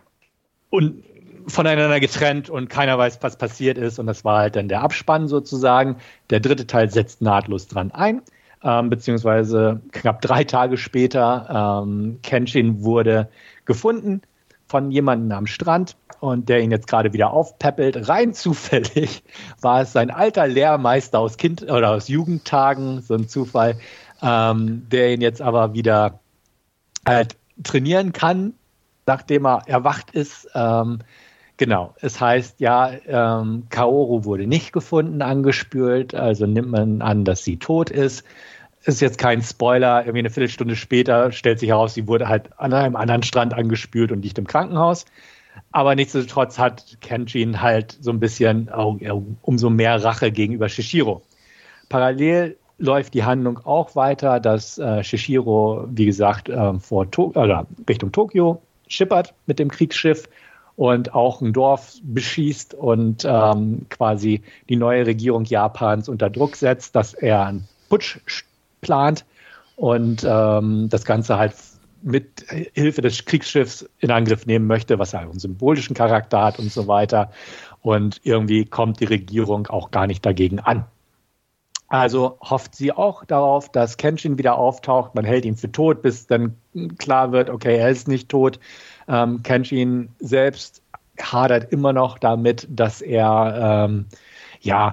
und voneinander getrennt und keiner weiß, was passiert ist. Und das war halt dann der Abspann sozusagen. Der dritte Teil setzt nahtlos dran ein. Ähm, beziehungsweise knapp drei Tage später, ähm, Kenshin wurde gefunden von jemandem am Strand und der ihn jetzt gerade wieder aufpäppelt. Rein zufällig war es sein alter Lehrmeister aus Kind oder aus Jugendtagen, so ein Zufall, ähm, der ihn jetzt aber wieder halt trainieren kann, nachdem er erwacht ist. Ähm, genau, es heißt ja, ähm, Kaoru wurde nicht gefunden, angespült, also nimmt man an, dass sie tot ist. Ist jetzt kein Spoiler, irgendwie eine Viertelstunde später stellt sich heraus, sie wurde halt an einem anderen Strand angespült und liegt im Krankenhaus. Aber nichtsdestotrotz hat Kenshin halt so ein bisschen oh, umso mehr Rache gegenüber Shishiro. Parallel läuft die Handlung auch weiter, dass äh, Shishiro, wie gesagt, äh, vor to- oder Richtung Tokio schippert mit dem Kriegsschiff und auch ein Dorf beschießt und ähm, quasi die neue Regierung Japans unter Druck setzt, dass er einen Putsch plant und ähm, das Ganze halt mit Hilfe des Kriegsschiffs in Angriff nehmen möchte, was halt einen symbolischen Charakter hat und so weiter. Und irgendwie kommt die Regierung auch gar nicht dagegen an. Also hofft sie auch darauf, dass Kenshin wieder auftaucht. Man hält ihn für tot, bis dann klar wird, okay, er ist nicht tot. Ähm, Kenshin selbst hadert immer noch damit, dass er ähm, ja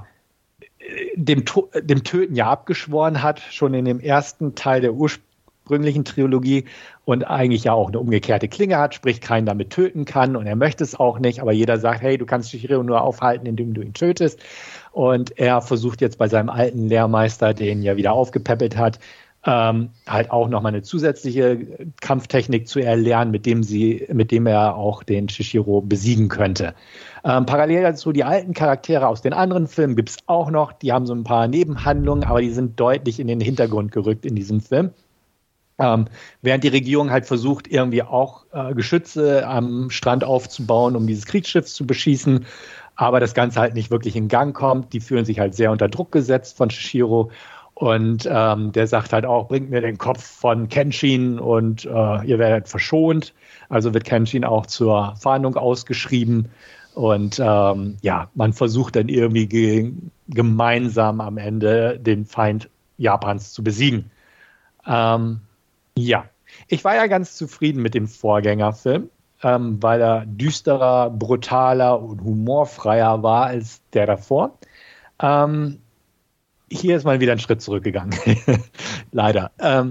dem, dem Töten ja abgeschworen hat, schon in dem ersten Teil der ursprünglichen Trilogie und eigentlich ja auch eine umgekehrte Klinge hat, sprich keinen damit töten kann und er möchte es auch nicht, aber jeder sagt, hey, du kannst Shihiro nur aufhalten, indem du ihn tötest. Und er versucht jetzt bei seinem alten Lehrmeister, den ja wieder aufgepäppelt hat, ähm, halt auch nochmal eine zusätzliche Kampftechnik zu erlernen, mit dem sie, mit dem er auch den Shihiro besiegen könnte. Ähm, parallel dazu die alten Charaktere aus den anderen Filmen gibt es auch noch, die haben so ein paar Nebenhandlungen, aber die sind deutlich in den Hintergrund gerückt in diesem Film. Ähm, während die Regierung halt versucht, irgendwie auch äh, Geschütze am Strand aufzubauen, um dieses Kriegsschiff zu beschießen, aber das Ganze halt nicht wirklich in Gang kommt. Die fühlen sich halt sehr unter Druck gesetzt von Shihiro und ähm, der sagt halt auch, bringt mir den Kopf von Kenshin und äh, ihr werdet verschont. Also wird Kenshin auch zur Fahndung ausgeschrieben und ähm, ja, man versucht dann irgendwie ge- gemeinsam am Ende den Feind Japans zu besiegen. Ähm, ja, ich war ja ganz zufrieden mit dem Vorgängerfilm. Ähm, weil er düsterer, brutaler und humorfreier war als der davor. Ähm, hier ist mal wieder ein Schritt zurückgegangen. Leider. Ähm,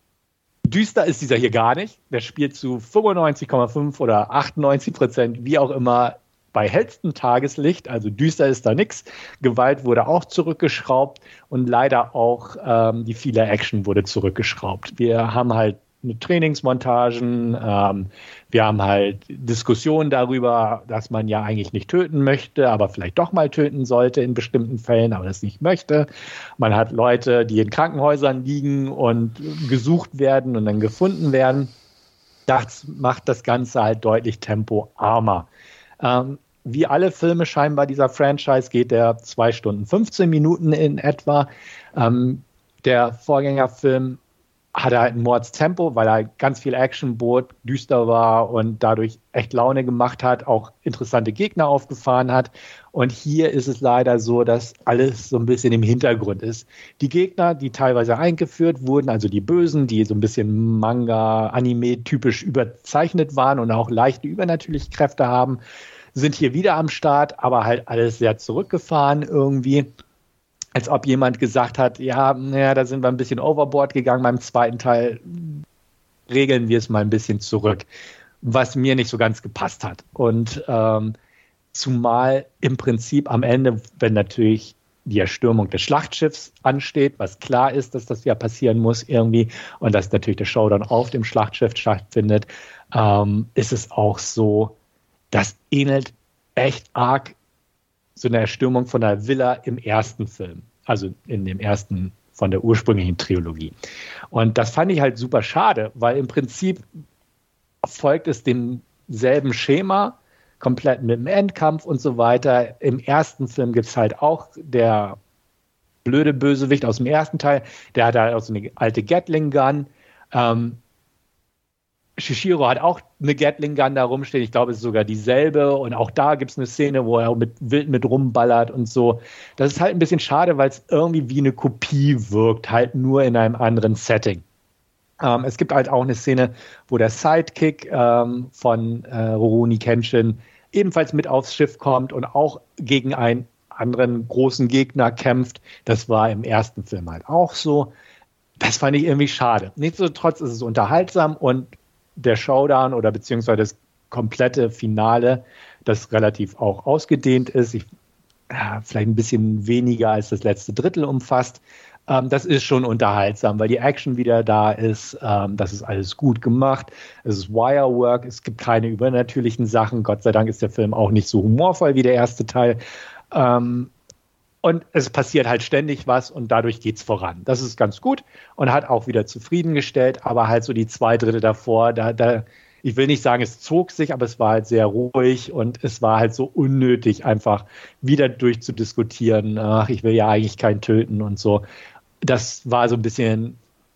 düster ist dieser hier gar nicht. Der spielt zu fünfundneunzig Komma fünf oder achtundneunzig Prozent, wie auch immer, bei hellstem Tageslicht. Also düster ist da nichts. Gewalt wurde auch zurückgeschraubt und leider auch ähm, die viele Action wurde zurückgeschraubt. Wir haben halt mit Trainingsmontagen, ähm, wir haben halt Diskussionen darüber, dass man ja eigentlich nicht töten möchte, aber vielleicht doch mal töten sollte in bestimmten Fällen, aber das nicht möchte. Man hat Leute, die in Krankenhäusern liegen und gesucht werden und dann gefunden werden. Das macht das Ganze halt deutlich tempoarmer. Ähm, wie alle Filme scheinbar dieser Franchise geht der zwei Stunden fünfzehn Minuten in etwa. Ähm, der Vorgängerfilm hatte halt ein Mordstempo, weil er ganz viel Action bot, düster war und dadurch echt Laune gemacht hat, auch interessante Gegner aufgefahren hat. Und hier ist es leider so, dass alles so ein bisschen im Hintergrund ist. Die Gegner, die teilweise eingeführt wurden, also die Bösen, die so ein bisschen Manga, Anime typisch überzeichnet waren und auch leichte übernatürliche Kräfte haben, sind hier wieder am Start, aber halt alles sehr zurückgefahren irgendwie. Als ob jemand gesagt hat, ja, naja, da sind wir ein bisschen overboard gegangen beim zweiten Teil, regeln wir es mal ein bisschen zurück, was mir nicht so ganz gepasst hat. Und ähm, zumal im Prinzip am Ende, wenn natürlich die Erstürmung des Schlachtschiffs ansteht, was klar ist, dass das ja passieren muss irgendwie und dass natürlich der Showdown auf dem Schlachtschiff stattfindet, ähm, ist es auch so, das ähnelt echt arg so eine Erstürmung von der Villa im ersten Film, also in dem ersten von der ursprünglichen Trilogie. Und das fand ich halt super schade, weil im Prinzip folgt es demselben Schema, komplett mit dem Endkampf und so weiter. Im ersten Film gibt es halt auch der blöde Bösewicht aus dem ersten Teil, der hat halt auch so eine alte Gatling-Gun. Ähm, Shihiro hat auch eine Gatling-Gun da rumstehen. Ich glaube, es ist sogar dieselbe. Und auch da gibt es eine Szene, wo er mit, wild mit rumballert und so. Das ist halt ein bisschen schade, weil es irgendwie wie eine Kopie wirkt, halt nur in einem anderen Setting. Ähm, es gibt halt auch eine Szene, wo der Sidekick ähm, von äh, Rurouni Kenshin ebenfalls mit aufs Schiff kommt und auch gegen einen anderen großen Gegner kämpft. Das war im ersten Film halt auch so. Das fand ich irgendwie schade. Nichtsdestotrotz ist es unterhaltsam und der Showdown oder beziehungsweise das komplette Finale, das relativ auch ausgedehnt ist, ich, ja, vielleicht ein bisschen weniger als das letzte Drittel umfasst, ähm, das ist schon unterhaltsam, weil die Action wieder da ist, ähm, das ist alles gut gemacht, es ist Wirework, es gibt keine übernatürlichen Sachen, Gott sei Dank ist der Film auch nicht so humorvoll wie der erste Teil, ähm, und es passiert halt ständig was und dadurch geht's voran. Das ist ganz gut und hat auch wieder zufriedengestellt, aber halt so die zwei Drittel davor, da, da, ich will nicht sagen, es zog sich, aber es war halt sehr ruhig und es war halt so unnötig, einfach wieder durchzudiskutieren, ach, ich will ja eigentlich keinen töten und so. Das war so ein bisschen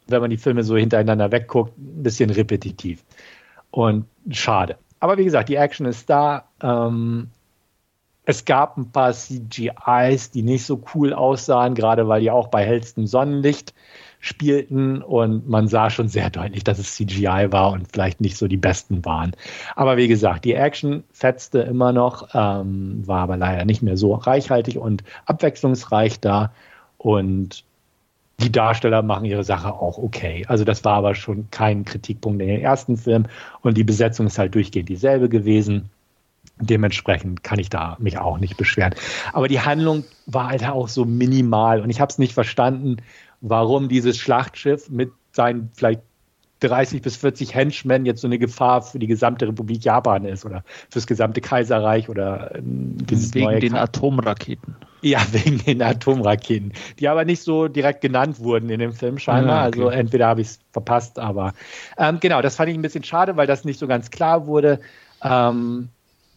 wenn man die Filme so hintereinander wegguckt, ein bisschen repetitiv. Und schade. Aber wie gesagt, die Action ist da. Ähm, es gab ein paar C G Is, die nicht so cool aussahen, gerade weil die auch bei hellstem Sonnenlicht spielten und man sah schon sehr deutlich, dass es C G I war und vielleicht nicht so die besten waren. Aber wie gesagt, die Action fetzte immer noch, ähm, war aber leider nicht mehr so reichhaltig und abwechslungsreich da und die Darsteller machen ihre Sache auch okay. Also das war aber schon kein Kritikpunkt in den ersten Film und die Besetzung ist halt durchgehend dieselbe gewesen. Dementsprechend kann ich da mich auch nicht beschweren. Aber die Handlung war halt auch so minimal und ich habe es nicht verstanden, warum dieses Schlachtschiff mit seinen vielleicht dreißig bis vierzig Henchmen jetzt so eine Gefahr für die gesamte Republik Japan ist oder fürs gesamte Kaiserreich oder dieses wegen neue den Ka- Atomraketen. Ja, wegen den Atomraketen, die aber nicht so direkt genannt wurden in dem Film scheinbar. Ja, okay. Also entweder habe ich es verpasst, aber ähm, genau, das fand ich ein bisschen schade, weil das nicht so ganz klar wurde. Ähm,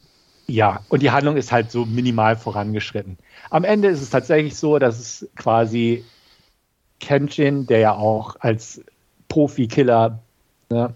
ja, und die Handlung ist halt so minimal vorangeschritten. Am Ende ist es tatsächlich so, dass es quasi Kenshin, der ja auch als Profikiller, ne,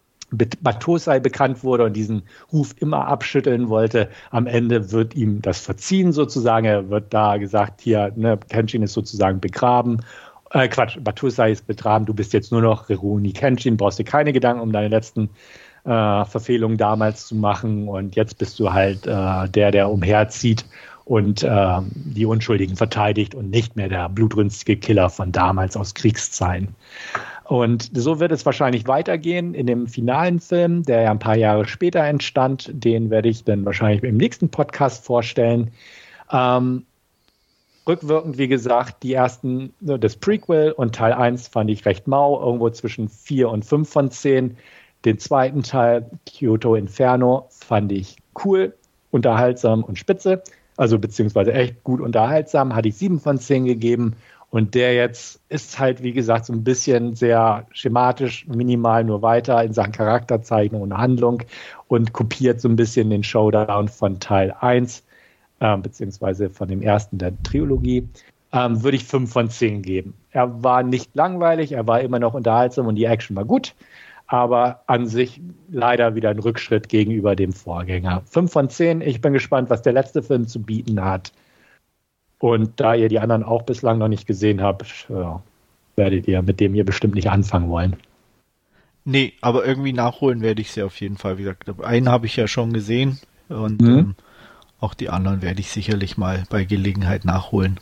Batosai bekannt wurde und diesen Ruf immer abschütteln wollte. Am Ende wird ihm das verziehen sozusagen. Er wird da gesagt, hier, ne, Kenshin ist sozusagen begraben. Äh, Quatsch, Batosai ist begraben. Du bist jetzt nur noch Rurouni Kenshin. Brauchst dir keine Gedanken um deine letzten äh, Verfehlungen damals zu machen. Und jetzt bist du halt äh, der, der umherzieht und äh, die Unschuldigen verteidigt und nicht mehr der blutrünstige Killer von damals aus Kriegszeiten. Und so wird es wahrscheinlich weitergehen in dem finalen Film, der ja ein paar Jahre später entstand. Den werde ich dann wahrscheinlich im nächsten Podcast vorstellen. Ähm, rückwirkend, wie gesagt, die ersten, das Prequel und Teil eins fand ich recht mau, irgendwo zwischen vier und fünf von zehn. Den zweiten Teil, Kyoto Inferno, fand ich cool, unterhaltsam und spitze. Also beziehungsweise echt gut unterhaltsam, hatte ich sieben von zehn gegeben. Und der jetzt ist halt, wie gesagt, so ein bisschen sehr schematisch, minimal nur weiter in Sachen Charakterzeichnung und Handlung und kopiert so ein bisschen den Showdown von Teil eins, äh, beziehungsweise von dem ersten der Trilogie. Ähm, würde ich fünf von zehn geben. Er war nicht langweilig, er war immer noch unterhaltsam und die Action war gut. Aber an sich leider wieder ein Rückschritt gegenüber dem Vorgänger. fünf von zehn, ich bin gespannt, was der letzte Film zu bieten hat. Und da ihr die anderen auch bislang noch nicht gesehen habt, ja, werdet ihr mit dem hier bestimmt nicht anfangen wollen. Nee, aber irgendwie nachholen werde ich sie auf jeden Fall. Wie gesagt, einen habe ich ja schon gesehen und mhm. ähm, auch die anderen werde ich sicherlich mal bei Gelegenheit nachholen.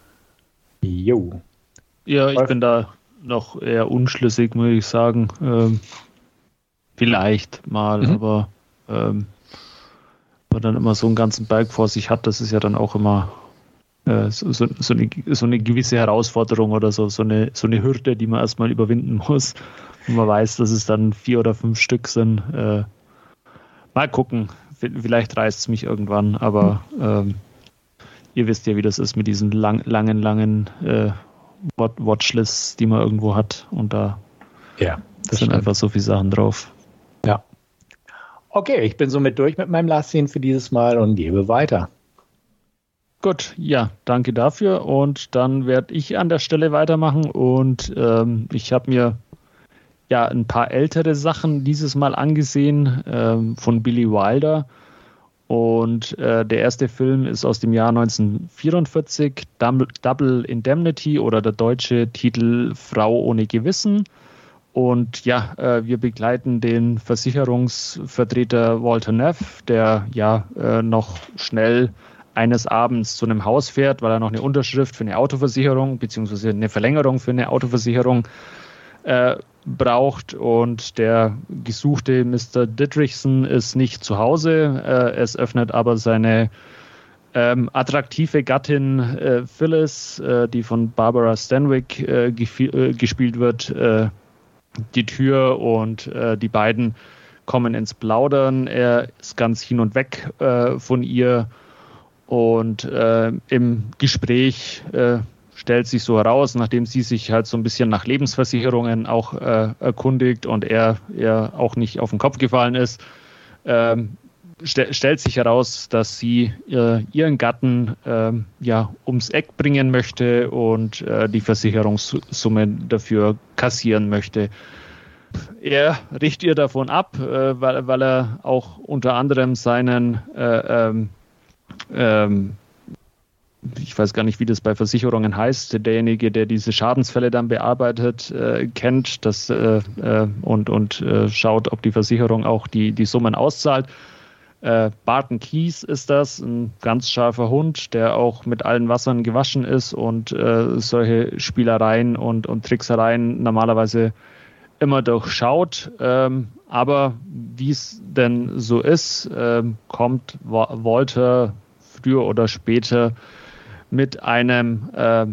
Jo. Ja, ich bin da noch eher unschlüssig, muss ich sagen. Ähm, vielleicht mal, mhm. aber ähm, wenn man dann immer so einen ganzen Berg vor sich hat, das ist ja dann auch immer äh, so, so, so, eine, so eine gewisse Herausforderung oder so, so eine, so eine Hürde, die man erstmal überwinden muss. Und man weiß, dass es dann vier oder fünf Stück sind. Äh, mal gucken, vielleicht reißt es mich irgendwann, aber ähm, ihr wisst ja, wie das ist mit diesen lang, langen, langen äh, Watchlists, die man irgendwo hat, und da ja, sind stimmt. einfach so viele Sachen drauf. Ja. Okay, ich bin somit durch mit meinem Last Scene für dieses Mal und gebe weiter. Gut, ja, danke dafür, und dann werde ich an der Stelle weitermachen, und ähm, ich habe mir ja ein paar ältere Sachen dieses Mal angesehen ähm, von Billy Wilder. Und äh, der erste Film ist aus dem Jahr neunzehnhundertvierundvierzig, Double Indemnity, oder der deutsche Titel Frau ohne Gewissen. Und ja, äh, wir begleiten den Versicherungsvertreter Walter Neff, der ja äh, noch schnell eines Abends zu einem Haus fährt, weil er noch eine Unterschrift für eine Autoversicherung beziehungsweise eine Verlängerung für eine Autoversicherung äh, braucht, und der gesuchte Mister Dietrichson ist nicht zu Hause. Äh, es öffnet aber seine ähm, attraktive Gattin äh, Phyllis, äh, die von Barbara Stanwyck äh, gefi- äh, gespielt wird, äh, die Tür, und äh, die beiden kommen ins Plaudern. Er ist ganz hin und weg äh, von ihr, und äh, im Gespräch äh, stellt sich so heraus, nachdem sie sich halt so ein bisschen nach Lebensversicherungen auch äh, erkundigt und er, er auch nicht auf den Kopf gefallen ist, ähm, st- stellt sich heraus, dass sie äh, ihren Gatten äh, ja, ums Eck bringen möchte und äh, die Versicherungssumme dafür kassieren möchte. Er richtet ihr davon ab, äh, weil, weil er auch unter anderem seinen äh, ähm, ähm, ich weiß gar nicht, wie das bei Versicherungen heißt, derjenige, der diese Schadensfälle dann bearbeitet, äh, kennt das, äh, äh, und, und äh, schaut, ob die Versicherung auch die, die Summen auszahlt. Äh, Barton Keyes ist das, ein ganz scharfer Hund, der auch mit allen Wassern gewaschen ist und äh, solche Spielereien und, und Tricksereien normalerweise immer durchschaut. Ähm, aber wie es denn so ist, ähm, kommt Walter früher oder später mit einem äh,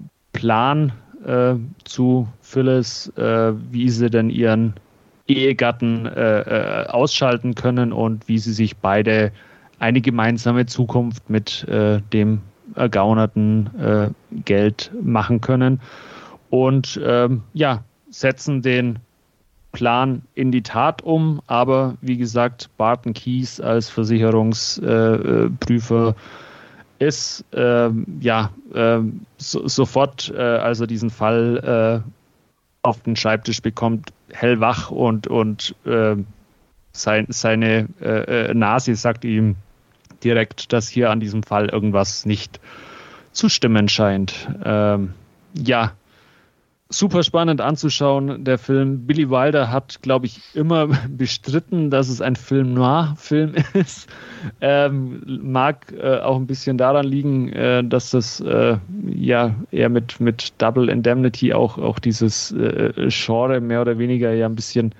Plan äh, zu Phyllis, äh, wie sie denn ihren Ehegatten äh, äh, ausschalten können und wie sie sich beide eine gemeinsame Zukunft mit äh, dem ergaunerten äh, Geld machen können. Und ähm, ja, setzen den Plan in die Tat um, aber wie gesagt, Barton Keyes als Versicherungsprüfer äh, ist ähm, ja ähm, so, sofort, äh, als er diesen Fall äh, auf den Schreibtisch bekommt, hellwach und, und äh, sein, seine äh, Nase sagt ihm direkt, dass hier an diesem Fall irgendwas nicht zu stimmen scheint. Ähm, ja, super spannend anzuschauen, der Film. Billy Wilder hat, glaube ich, immer bestritten, dass es ein Film-Noir-Film ist. Ähm, mag äh, auch ein bisschen daran liegen, äh, dass das äh, ja eher mit, mit Double Indemnity auch, auch dieses äh, Genre mehr oder weniger ja ein bisschen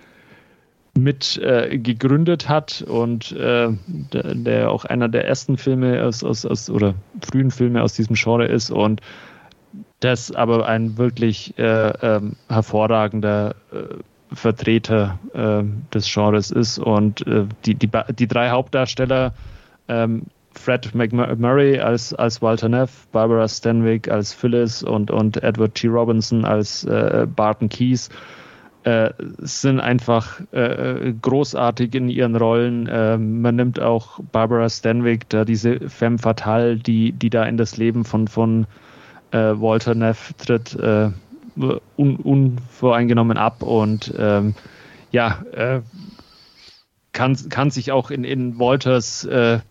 mit äh, gegründet hat und äh, der, der auch einer der ersten Filme aus, aus, aus oder frühen Filme aus diesem Genre ist und das aber ein wirklich äh, ähm, hervorragender äh, Vertreter äh, des Genres ist und äh, die, die, die drei Hauptdarsteller, ähm, Fred McMurray als, als Walter Neff, Barbara Stanwyck als Phyllis und, und Edward G. Robinson als äh, Barton Keyes, äh, sind einfach äh, großartig in ihren Rollen. Äh, man nimmt auch Barbara Stanwyck, da diese femme fatale, die, die da in das Leben von, von Äh, Walter Neff tritt äh, un, unvoreingenommen ab und ähm, ja, äh, kann, kann sich auch in, in Walters äh,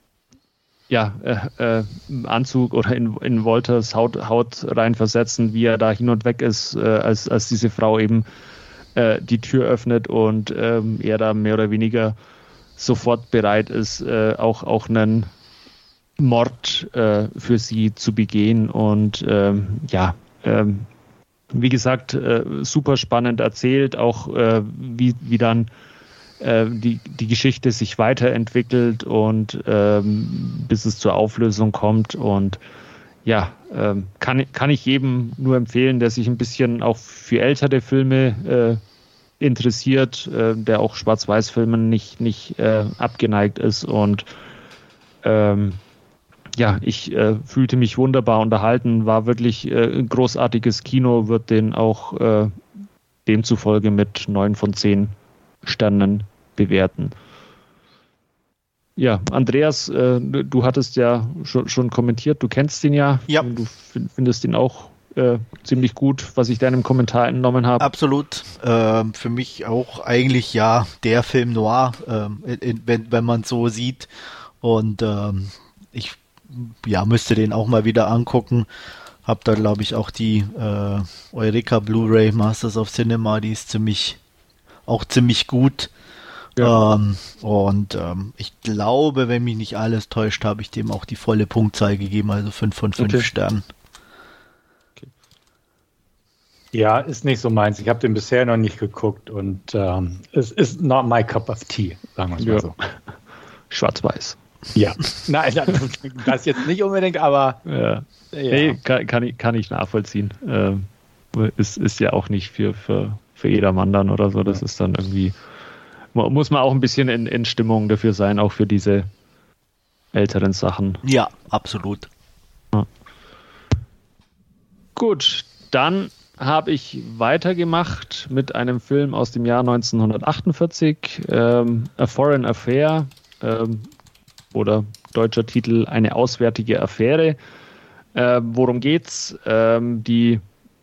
ja, äh, äh, Anzug oder in, in Walters Haut, Haut reinversetzen, wie er da hin und weg ist, äh, als, als diese Frau eben äh, die Tür öffnet und ähm, er da mehr oder weniger sofort bereit ist, äh, auch, auch einen Mord äh, für sie zu begehen und ähm, ja, ähm, wie gesagt, äh, super spannend erzählt, auch äh, wie, wie dann äh, die, die Geschichte sich weiterentwickelt und ähm, bis es zur Auflösung kommt und ja, ähm, kann, kann ich jedem nur empfehlen, der sich ein bisschen auch für ältere Filme äh, interessiert, äh, der auch Schwarz-Weiß-Filmen nicht, nicht äh, abgeneigt ist und ähm, ja, ich äh, fühlte mich wunderbar unterhalten, war wirklich äh, ein großartiges Kino, wird den auch äh, demzufolge mit neun von zehn Sternen bewerten. Ja, Andreas, äh, du hattest ja schon, schon kommentiert, du kennst ihn ja, ja. Du findest ihn auch äh, ziemlich gut, was ich deinem Kommentar entnommen habe. Absolut, ähm, für mich auch eigentlich ja der Film Noir, ähm, in, wenn, wenn man so sieht und ähm, ich ja, müsste den auch mal wieder angucken. Hab da, glaube ich, auch die äh, Eureka Blu-ray Masters of Cinema, die ist ziemlich, auch ziemlich gut. Ja. Ähm, und ähm, ich glaube, wenn mich nicht alles täuscht, habe ich dem auch die volle Punktzahl gegeben, also fünf von fünf okay. Sternen. Okay. Ja, ist nicht so meins. Ich habe den bisher noch nicht geguckt und ähm, es ist not my cup of tea, sagen wir es mal ja. so. Schwarz-Weiß. Ja, nein, das jetzt nicht unbedingt, aber ja. Ja. Nee, kann, kann, ich, kann ich nachvollziehen. Ähm, ist, ist ja auch nicht für, für, für jedermann dann oder so. Das ja. ist dann irgendwie, muss man auch ein bisschen in, in Stimmung dafür sein, auch für diese älteren Sachen. Ja, absolut. Ja. Gut, dann habe ich weitergemacht mit einem Film aus dem Jahr neunzehnhundertachtundvierzig, ähm, A Foreign Affair. ähm, oder deutscher Titel Eine auswärtige Affäre. Äh, worum geht's? Ähm, die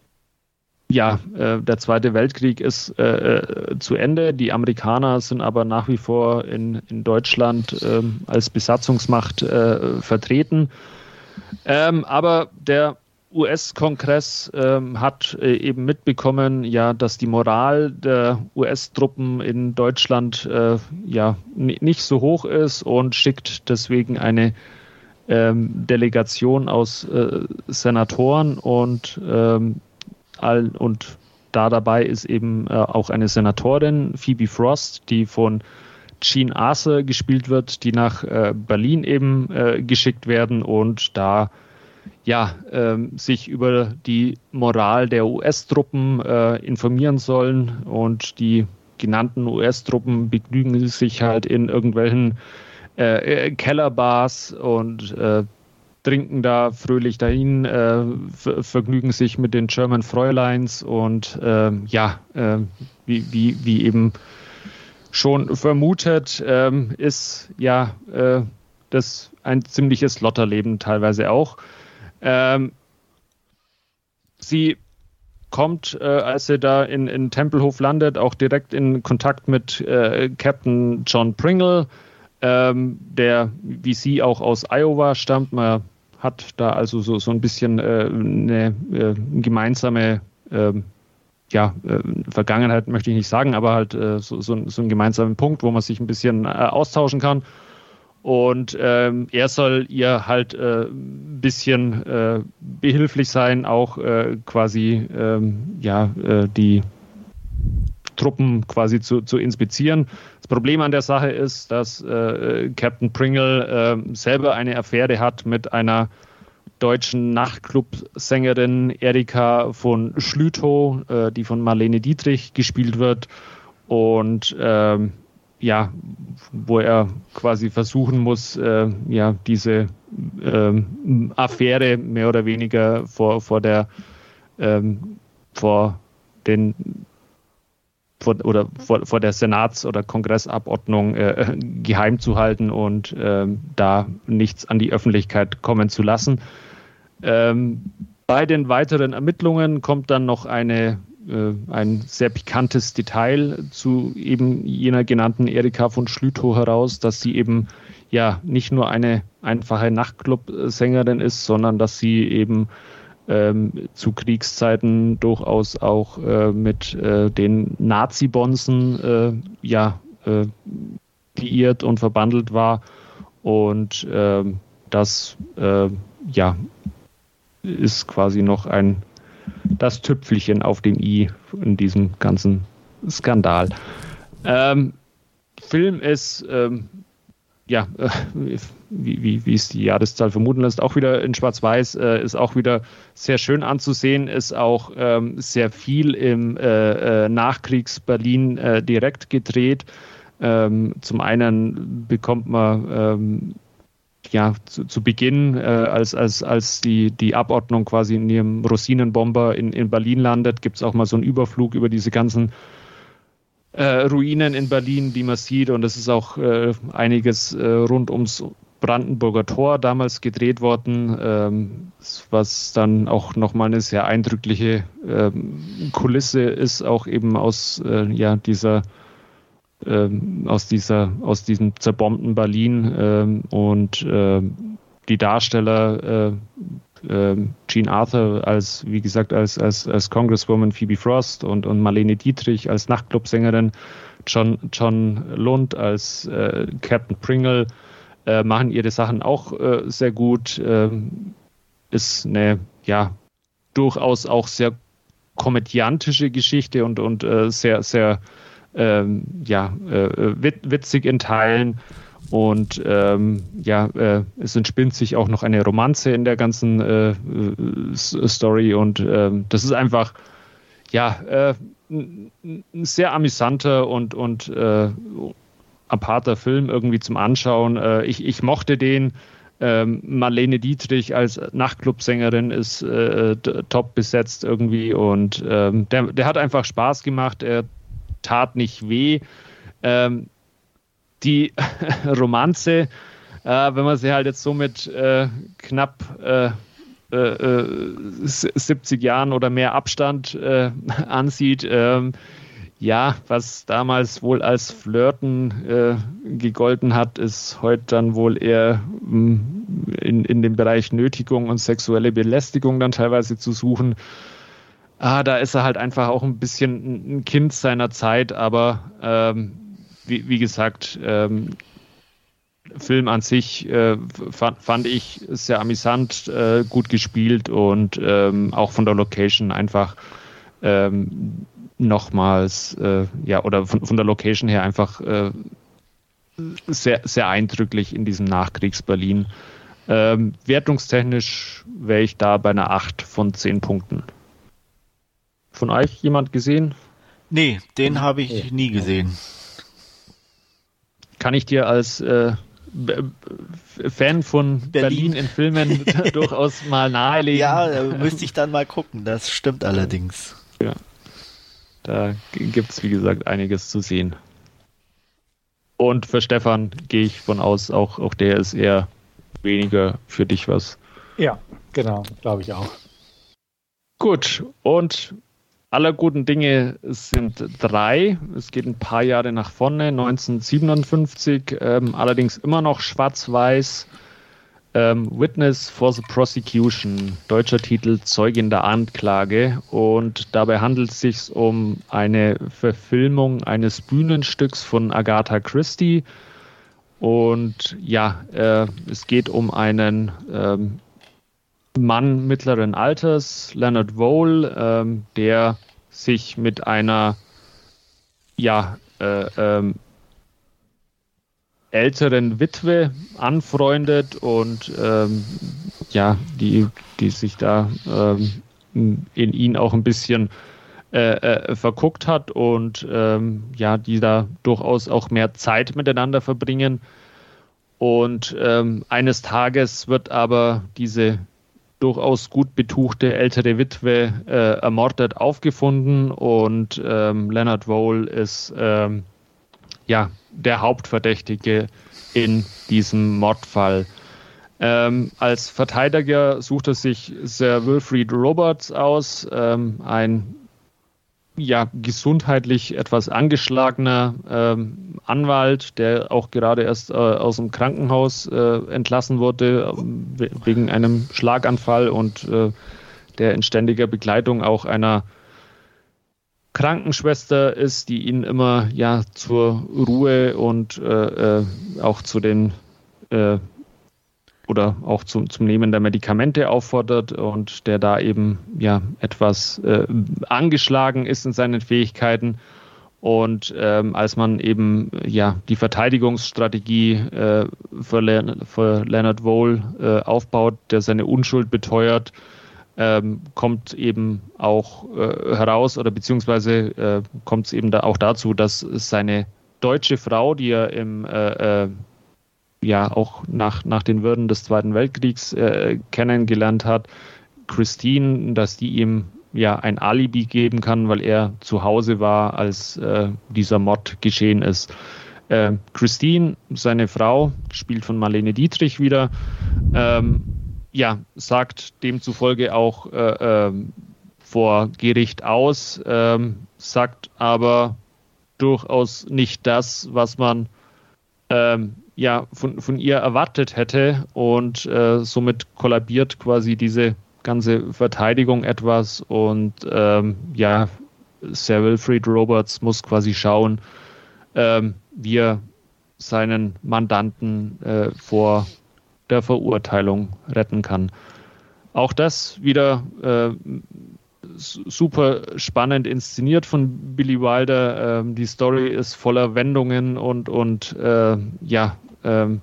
Ja, äh, der Zweite Weltkrieg ist äh, zu Ende. Die Amerikaner sind aber nach wie vor in, in Deutschland äh, als Besatzungsmacht äh, vertreten. Ähm, aber der U S-Kongress ähm, hat äh, eben mitbekommen, ja, dass die Moral der U S-Truppen in Deutschland äh, ja n- nicht so hoch ist und schickt deswegen eine ähm, Delegation aus äh, Senatoren und ähm, all, und da dabei ist eben äh, auch eine Senatorin, Phoebe Frost, die von Jean Arthur gespielt wird, die nach äh, Berlin eben äh, geschickt werden und da ja, ähm, sich über die Moral der U S-Truppen äh, informieren sollen und die genannten U S-Truppen begnügen sich halt in irgendwelchen äh, Kellerbars und äh, trinken da fröhlich dahin, äh, ver- vergnügen sich mit den German Fräuleins und äh, ja, äh, wie, wie, wie eben schon vermutet, ähm, ist ja äh, das ein ziemliches Lotterleben teilweise auch. Ähm, sie kommt, äh, als sie da in, in Tempelhof landet, auch direkt in Kontakt mit äh, Captain John Pringle, ähm, der wie sie auch aus Iowa stammt. Man hat da also so, so ein bisschen äh, eine äh, gemeinsame äh, ja, äh, Vergangenheit möchte ich nicht sagen, aber halt äh, so, so, so einen gemeinsamen Punkt, wo man sich ein bisschen äh, austauschen kann. Und ähm, er soll ihr halt äh, ein bisschen äh, behilflich sein, auch äh, quasi ähm, ja, äh, die Truppen quasi zu, zu inspizieren. Das Problem an der Sache ist, dass äh, Captain Pringle äh, selber eine Affäre hat mit einer deutschen Nachtclub-Sängerin Erika von Schlütow, äh, die von Marlene Dietrich gespielt wird. Und ähm, ja, wo er quasi versuchen muss, äh, ja, diese ähm, Affäre mehr oder weniger vor, vor der ähm, vor den vor, oder vor, vor der Senats- oder Kongressabordnung äh, geheim zu halten und äh, da nichts an die Öffentlichkeit kommen zu lassen. Ähm, bei den weiteren Ermittlungen kommt dann noch eine ein sehr pikantes Detail zu eben jener genannten Erika von Schlütow heraus, dass sie eben ja nicht nur eine einfache Nachtclub-Sängerin ist, sondern dass sie eben ähm, zu Kriegszeiten durchaus auch äh, mit äh, den Nazi-Bonzen äh, ja, äh, liiert und verbandelt war und äh, das äh, ja ist quasi noch ein das Tüpfelchen auf dem i in diesem ganzen Skandal. Ähm, Film ist, ähm, ja, äh, wie, wie, wie es die Jahreszahl vermuten lässt, auch wieder in Schwarz-Weiß, äh, ist auch wieder sehr schön anzusehen, ist auch ähm, sehr viel im äh, äh, Nachkriegs-Berlin äh, direkt gedreht. Ähm, zum einen bekommt man ähm, ja, zu, zu Beginn, äh, als, als, als die, die Abordnung quasi in ihrem Rosinenbomber in, in Berlin landet, gibt es auch mal so einen Überflug über diese ganzen äh, Ruinen in Berlin, die man sieht. Und es ist auch äh, einiges äh, rund ums Brandenburger Tor damals gedreht worden, ähm, was dann auch nochmal eine sehr eindrückliche ähm, Kulisse ist, auch eben aus äh, ja, dieser Ähm, aus dieser, aus diesem zerbombten Berlin ähm, und ähm, die Darsteller äh, äh, Jean Arthur als, wie gesagt, als, als, als Congresswoman Phoebe Frost und, und Marlene Dietrich als Nachtclub-Sängerin, John, John Lund als äh, Captain Pringle äh, machen ihre Sachen auch äh, sehr gut. Ähm, ist eine, ja, durchaus auch sehr komödiantische Geschichte und, und äh, sehr, sehr Ähm, ja, äh, witzig in Teilen und ähm, ja, äh, es entspinnt sich auch noch eine Romanze in der ganzen äh, Story und äh, das ist einfach ja äh, ein sehr amüsanter und, und äh, aparter Film irgendwie zum Anschauen. Äh, ich, ich mochte den. Ähm, Marlene Dietrich als Nachtclub-Sängerin ist äh, top besetzt irgendwie und ähm, der, der hat einfach Spaß gemacht. Er tat nicht weh. Ähm, die Romanze, äh, wenn man sie halt jetzt so mit äh, knapp äh, äh, siebzig Jahren oder mehr Abstand äh, ansieht, ähm, ja, was damals wohl als Flirten äh, gegolten hat, ist heute dann wohl eher mh, in, in dem Bereich Nötigung und sexuelle Belästigung dann teilweise zu suchen. Ah, da ist er halt einfach auch ein bisschen ein Kind seiner Zeit, aber ähm, wie, wie gesagt, ähm, Film an sich äh, fand, fand ich sehr amüsant, äh, gut gespielt und ähm, auch von der Location einfach ähm, nochmals, äh, ja, oder von, von der Location her einfach äh, sehr, sehr eindrücklich in diesem Nachkriegs-Berlin. Ähm, wertungstechnisch wäre ich da bei einer acht von zehn Punkten. Von euch jemand gesehen? Nee, den habe ich nee. nie gesehen. Kann ich dir als äh, B- Fan von Berlin, Berlin in Filmen durchaus mal nahelegen. Ja, müsste ich dann mal gucken, das stimmt allerdings. Ja. Da gibt es, wie gesagt, einiges zu sehen. Und für Stefan gehe ich von aus, auch, auch der ist eher weniger für dich was. Ja, genau, glaube ich auch. Gut, und aller guten Dinge sind drei. Es geht ein paar Jahre nach vorne, neunzehnhundertsiebenundfünfzig, ähm, allerdings immer noch schwarz-weiß. Ähm, Witness for the Prosecution, deutscher Titel Zeugin der Anklage. Und dabei handelt es sich um eine Verfilmung eines Bühnenstücks von Agatha Christie. Und ja, äh, es geht um einen ähm, Mann mittleren Alters, Leonard Vole, ähm, der sich mit einer ja, äh, ähm, älteren Witwe anfreundet und ähm, ja, die, die sich da ähm, in ihn auch ein bisschen äh, äh, verguckt hat und ähm, ja, die da durchaus auch mehr Zeit miteinander verbringen. Und ähm, eines Tages wird aber diese durchaus gut betuchte ältere Witwe äh, ermordet aufgefunden und ähm, Leonard Vole ist ähm, ja der Hauptverdächtige in diesem Mordfall. Ähm, als Verteidiger sucht er sich Sir Wilfrid Roberts aus, ähm, ein ja, gesundheitlich etwas angeschlagener ähm, Anwalt, der auch gerade erst äh, aus dem Krankenhaus äh, entlassen wurde, äh, wegen einem Schlaganfall und äh, der in ständiger Begleitung auch einer Krankenschwester ist, die ihn immer ja zur Ruhe und äh, äh, auch zu den äh, oder auch zum, zum Nehmen der Medikamente auffordert und der da eben ja etwas äh, angeschlagen ist in seinen Fähigkeiten. Und ähm, als man eben ja die Verteidigungsstrategie äh, für, Le- für Leonard Vole äh, aufbaut, der seine Unschuld beteuert, ähm, kommt eben auch äh, heraus oder beziehungsweise äh, kommt es eben da auch dazu, dass seine deutsche Frau, die er im äh, äh, ja auch nach, nach den Würden des Zweiten Weltkriegs äh, kennengelernt hat, Christine, dass die ihm ja ein Alibi geben kann, weil er zu Hause war, als äh, dieser Mord geschehen ist. Äh, Christine, seine Frau, gespielt von Marlene Dietrich wieder, ähm, ja, sagt demzufolge auch äh, äh, vor Gericht aus, äh, sagt aber durchaus nicht das, was man ähm, ja, von, von ihr erwartet hätte und äh, somit kollabiert quasi diese ganze Verteidigung etwas und ähm, ja, Sir Wilfrid Roberts muss quasi schauen, ähm, wie er seinen Mandanten äh, vor der Verurteilung retten kann. Auch das wieder äh, super spannend inszeniert von Billy Wilder. Ähm, die Story ist voller Wendungen und, und äh, ja, ähm,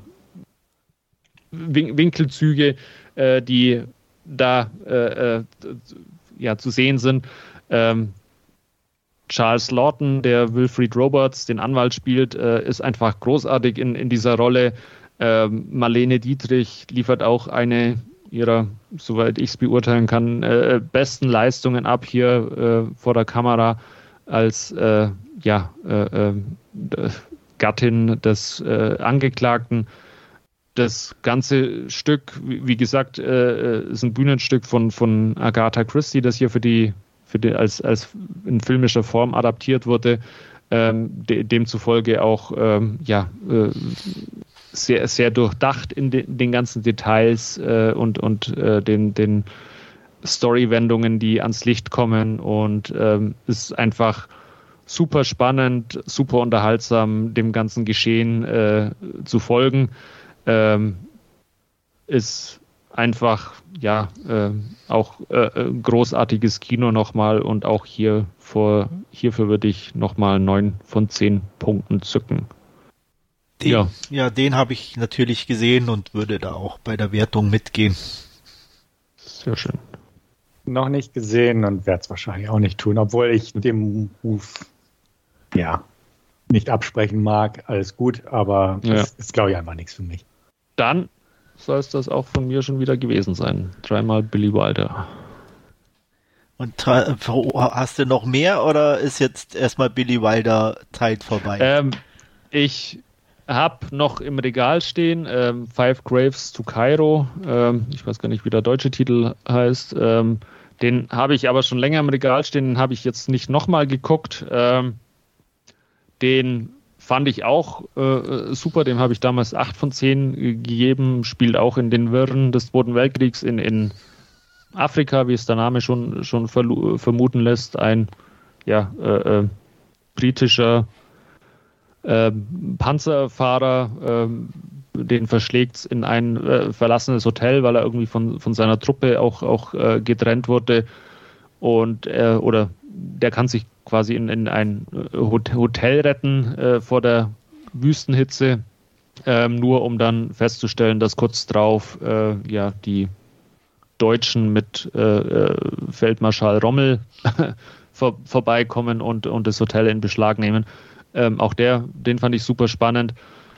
Win- Winkelzüge, äh, die da äh, äh, ja, zu sehen sind. Ähm, Charles Lawton, der Wilfrid Roberts, den Anwalt spielt, äh, ist einfach großartig in, in dieser Rolle. Ähm, Marlene Dietrich liefert auch eine ihrer, soweit ich es beurteilen kann, äh, besten Leistungen ab hier äh, vor der Kamera als äh, ja, äh, äh, Gattin des äh, Angeklagten. Das ganze Stück, wie, wie gesagt, äh, ist ein Bühnenstück von, von Agatha Christie, das hier für die, für die als, als in filmischer Form adaptiert wurde. Ähm, de, demzufolge auch ähm, ja, äh, sehr, sehr durchdacht in de, den ganzen Details äh, und, und äh, den, den Story-Wendungen, die ans Licht kommen, und ähm, ist einfach super spannend, super unterhaltsam, dem ganzen Geschehen äh, zu folgen. Ähm, ist einfach, ja, äh, auch äh, großartiges Kino nochmal, und auch hier vor, hierfür würde ich nochmal neun von zehn Punkten zücken. Den, ja. ja, den habe ich natürlich gesehen und würde da auch bei der Wertung mitgehen. Sehr schön. Noch nicht gesehen und werde es wahrscheinlich auch nicht tun, obwohl ich dem Ruf, ja, nicht absprechen mag. Alles gut, aber ja. das ist, glaube ich, einfach nichts für mich. Dann soll es das auch von mir schon wieder gewesen sein. Dreimal Billy Wilder. Und hast du noch mehr, oder ist jetzt erstmal Billy Wilder Zeit vorbei? Ähm, ich habe noch im Regal stehen ähm, Five Graves to Cairo. Ähm, ich weiß gar nicht, wie der deutsche Titel heißt. Ähm, den habe ich aber schon länger im Regal stehen. Den habe ich jetzt nicht nochmal geguckt. Ähm, den fand ich auch äh, super. Dem habe ich damals acht von zehn gegeben. Spielt auch in den Wirren des Zweiten Weltkriegs in, in Afrika, wie es der Name schon, schon verlu- vermuten lässt. Ein ja, äh, äh, britischer äh, Panzerfahrer, äh, den verschlägt in ein äh, verlassenes Hotel, weil er irgendwie von, von seiner Truppe auch, auch äh, getrennt wurde. Und äh, oder der kann sich quasi in, in ein Hotel retten äh, vor der Wüstenhitze, ähm, nur um dann festzustellen, dass kurz drauf äh, ja die Deutschen mit äh, Feldmarschall Rommel vor, vorbeikommen und, und das Hotel in Beschlag nehmen. Ähm, auch der, den fand ich super spannend.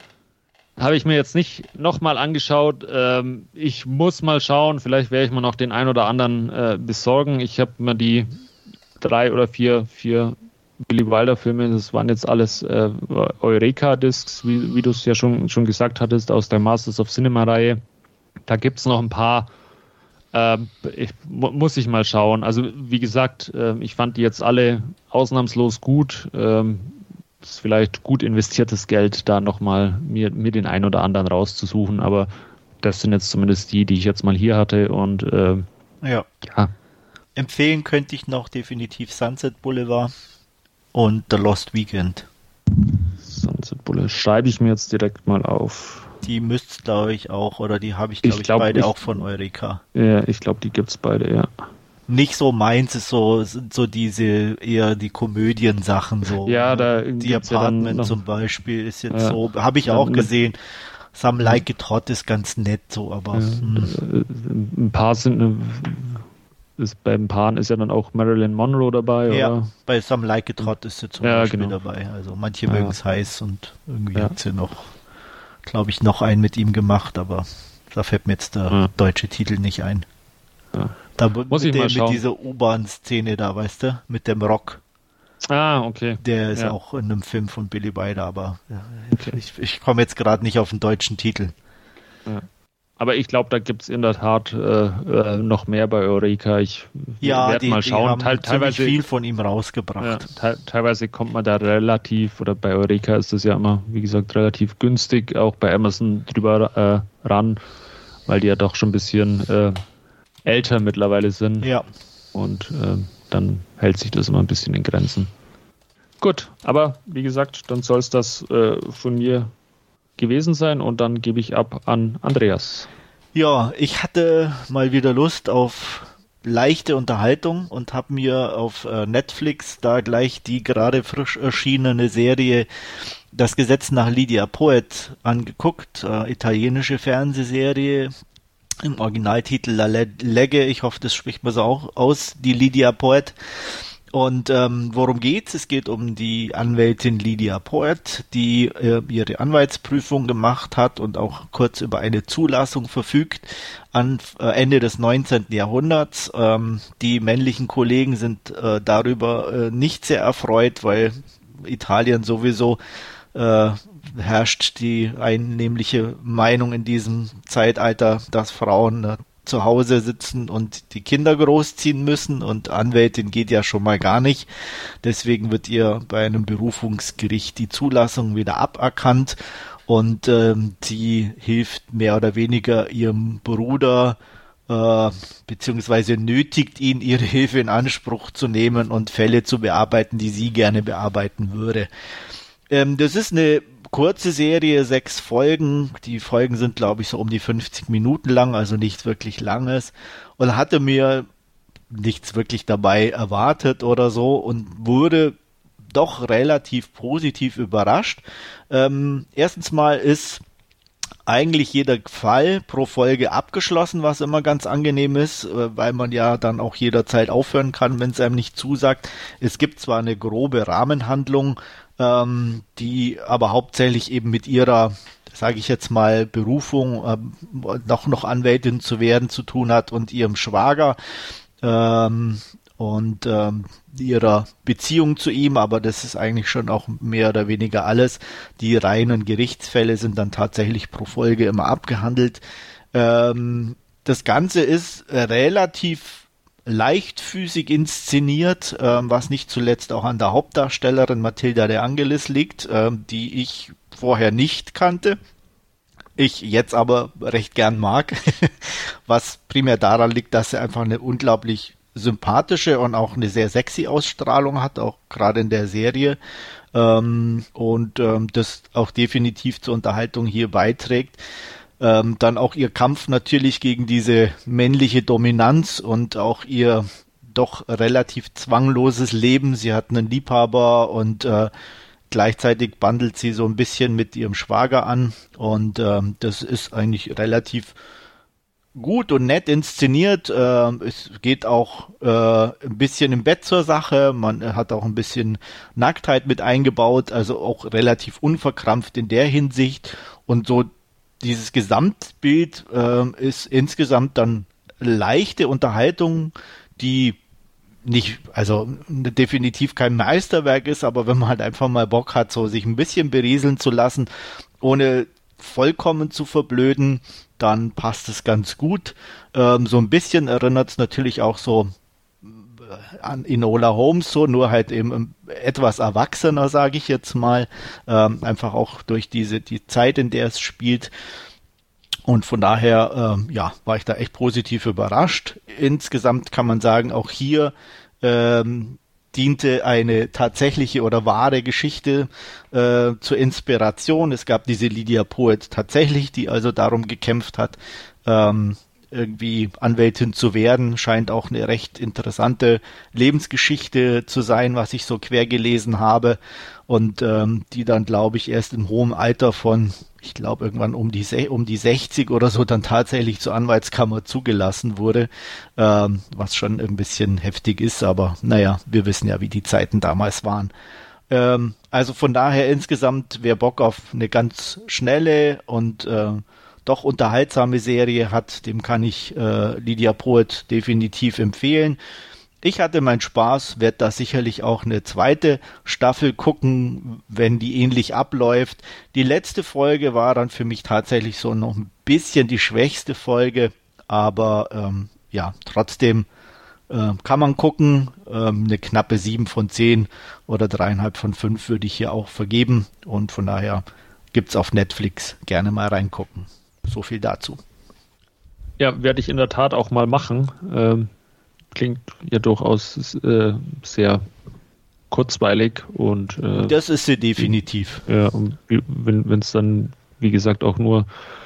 Habe ich mir jetzt nicht nochmal angeschaut. Ähm, ich muss mal schauen, vielleicht werde ich mir noch den ein oder anderen äh, besorgen. Ich habe mir die drei oder vier, vier Billy Wilder Filme, das waren jetzt alles äh, Eureka-Discs, wie, wie du es ja schon, schon gesagt hattest, aus der Masters of Cinema-Reihe. Da gibt es noch ein paar, äh, ich, muss ich mal schauen. Also wie gesagt, äh, ich fand die jetzt alle ausnahmslos gut. Ähm, ist vielleicht gut investiertes Geld, da nochmal mir, mir den einen oder anderen rauszusuchen, aber das sind jetzt zumindest die, die ich jetzt mal hier hatte, und äh, ja. ja. Empfehlen könnte ich noch definitiv Sunset Boulevard und The Lost Weekend. Sunset Boulevard schreibe ich mir jetzt direkt mal auf. Die müsst glaube ich auch, oder die habe ich glaube ich, ich glaub, beide ich, auch von Eureka. Ja, ich glaube, die gibt's beide, ja. Nicht so meins, ist so, sind so diese, eher die Komödiensachen so. Ja, da die Apartment ja zum Beispiel ist jetzt ja, so, habe ich ja, auch gesehen. Some Like It Hot ist ganz nett so, aber. Ja, ein paar sind, ist, beim Paaren ist ja dann auch Marilyn Monroe dabei, ja, oder? Bei Some Like It Hot ist sie zum ja, Beispiel genau. dabei. Also manche ja. mögen es heiß, und irgendwie ja. hat sie noch, glaube ich, noch einen mit ihm gemacht, aber da fällt mir jetzt der ja. deutsche Titel nicht ein. Ja. Da Muss mit, ich mal dem, mit dieser U-Bahn-Szene da, weißt du, mit dem Rock. Ah, okay. Der ist ja. auch in einem Film von Billy Wilder, aber ja, okay. ich, ich komme jetzt gerade nicht auf den deutschen Titel. Ja. Aber ich glaube, da gibt es in der Tat äh, äh, noch mehr bei Eureka. Ich ja, werde mal schauen. Die haben Teil, teilweise viel von ihm rausgebracht. Ja, te- teilweise kommt man da relativ, oder bei Eureka ist das ja immer, wie gesagt, relativ günstig, auch bei Amazon drüber äh, ran, weil die ja doch schon ein bisschen äh, älter mittlerweile sind. Ja. Und äh, dann hält sich das immer ein bisschen in Grenzen. Gut, aber wie gesagt, dann soll es das äh, von mir gewesen sein, und dann gebe ich ab an Andreas. Ja, ich hatte mal wieder Lust auf leichte Unterhaltung und habe mir auf äh, Netflix da gleich die gerade frisch erschienene Serie Das Gesetz nach Lydia Poet angeguckt, äh, italienische Fernsehserie. Im Originaltitel La Legge, ich hoffe, das spricht man so auch aus, die Lydia Poet. Und ähm, worum geht's? Es geht um die Anwältin Lydia Poet, die äh, ihre Anwaltsprüfung gemacht hat und auch kurz über eine Zulassung verfügt an äh, Ende des neunzehnten Jahrhunderts. Ähm, die männlichen Kollegen sind äh, darüber äh, nicht sehr erfreut, weil Italien sowieso äh, herrscht die einnehmliche Meinung in diesem Zeitalter, dass Frauen äh, zu Hause sitzen und die Kinder großziehen müssen, und Anwältin geht ja schon mal gar nicht. Deswegen wird ihr bei einem Berufungsgericht die Zulassung wieder aberkannt, und ähm, sie hilft mehr oder weniger ihrem Bruder, äh, beziehungsweise nötigt ihn, ihre Hilfe in Anspruch zu nehmen und Fälle zu bearbeiten, die sie gerne bearbeiten würde. Ähm, das ist eine kurze Serie, sechs Folgen. Die Folgen sind, glaube ich, so um die fünfzig Minuten lang, also nichts wirklich Langes. Und hatte mir nichts wirklich dabei erwartet oder so und wurde doch relativ positiv überrascht. Ähm, erstens mal ist eigentlich jeder Fall pro Folge abgeschlossen, was immer ganz angenehm ist, weil man ja dann auch jederzeit aufhören kann, wenn es einem nicht zusagt. Es gibt zwar eine grobe Rahmenhandlung, ähm, die aber hauptsächlich eben mit ihrer, sage ich jetzt mal, Berufung, ähm, noch, noch Anwältin zu werden, zu tun hat, und ihrem Schwager ähm, und ähm, ihrer Beziehung zu ihm, aber das ist eigentlich schon auch mehr oder weniger alles. Die reinen Gerichtsfälle sind dann tatsächlich pro Folge immer abgehandelt. Ähm, das Ganze ist relativ leichtfüßig inszeniert, ähm, was nicht zuletzt auch an der Hauptdarstellerin Matilda de Angelis liegt, ähm, die ich vorher nicht kannte. Ich jetzt aber recht gern mag, was primär daran liegt, dass sie einfach eine unglaublich sympathische und auch eine sehr sexy Ausstrahlung hat, auch gerade in der Serie, ähm, und ähm, das auch definitiv zur Unterhaltung hier beiträgt. Ähm, dann auch ihr Kampf natürlich gegen diese männliche Dominanz und auch ihr doch relativ zwangloses Leben. Sie hat einen Liebhaber und äh, gleichzeitig bandelt sie so ein bisschen mit ihrem Schwager an, und ähm, das ist eigentlich relativ gut und nett inszeniert. Äh, es geht auch äh, ein bisschen im Bett zur Sache. Man hat auch ein bisschen Nacktheit mit eingebaut, also auch relativ unverkrampft in der Hinsicht. Und so dieses Gesamtbild äh, ist insgesamt dann leichte Unterhaltung, die nicht, also definitiv kein Meisterwerk ist, aber wenn man halt einfach mal Bock hat, so sich ein bisschen berieseln zu lassen, ohne vollkommen zu verblöden, dann passt es ganz gut. Ähm, so ein bisschen erinnert es natürlich auch so an Enola Holmes, so nur halt eben etwas erwachsener, sage ich jetzt mal, ähm, einfach auch durch diese die Zeit, in der es spielt. Und von daher, ähm, ja, war ich da echt positiv überrascht. Insgesamt kann man sagen, auch hier ähm, diente eine tatsächliche oder wahre Geschichte äh, zur Inspiration. Es gab diese Lydia Poet tatsächlich, die also darum gekämpft hat, ähm, irgendwie Anwältin zu werden. Scheint auch eine recht interessante Lebensgeschichte zu sein, was ich so quer gelesen habe, und ähm, die dann, glaube ich, erst im hohen Alter von, ich glaube, irgendwann um die um die sechzig oder so dann tatsächlich zur Anwaltskammer zugelassen wurde, ähm, was schon ein bisschen heftig ist, aber naja, wir wissen ja, wie die Zeiten damals waren. Ähm, also von daher insgesamt, wer Bock auf eine ganz schnelle und äh, doch unterhaltsame Serie hat, dem kann ich äh, Lydia Poet definitiv empfehlen. Ich hatte meinen Spaß, werde da sicherlich auch eine zweite Staffel gucken, wenn die ähnlich abläuft. Die letzte Folge war dann für mich tatsächlich so noch ein bisschen die schwächste Folge, aber ähm, ja, trotzdem äh, kann man gucken. Ähm, eine knappe sieben von zehn oder dreieinhalb von fünf würde ich hier auch vergeben, und von daher gibt's auf Netflix, gerne mal reingucken. So viel dazu. Ja, werde ich in der Tat auch mal machen. Ähm Klingt ja durchaus äh, sehr kurzweilig und äh, das ist sie definitiv. Ja, und wenn es dann, wie gesagt, auch nur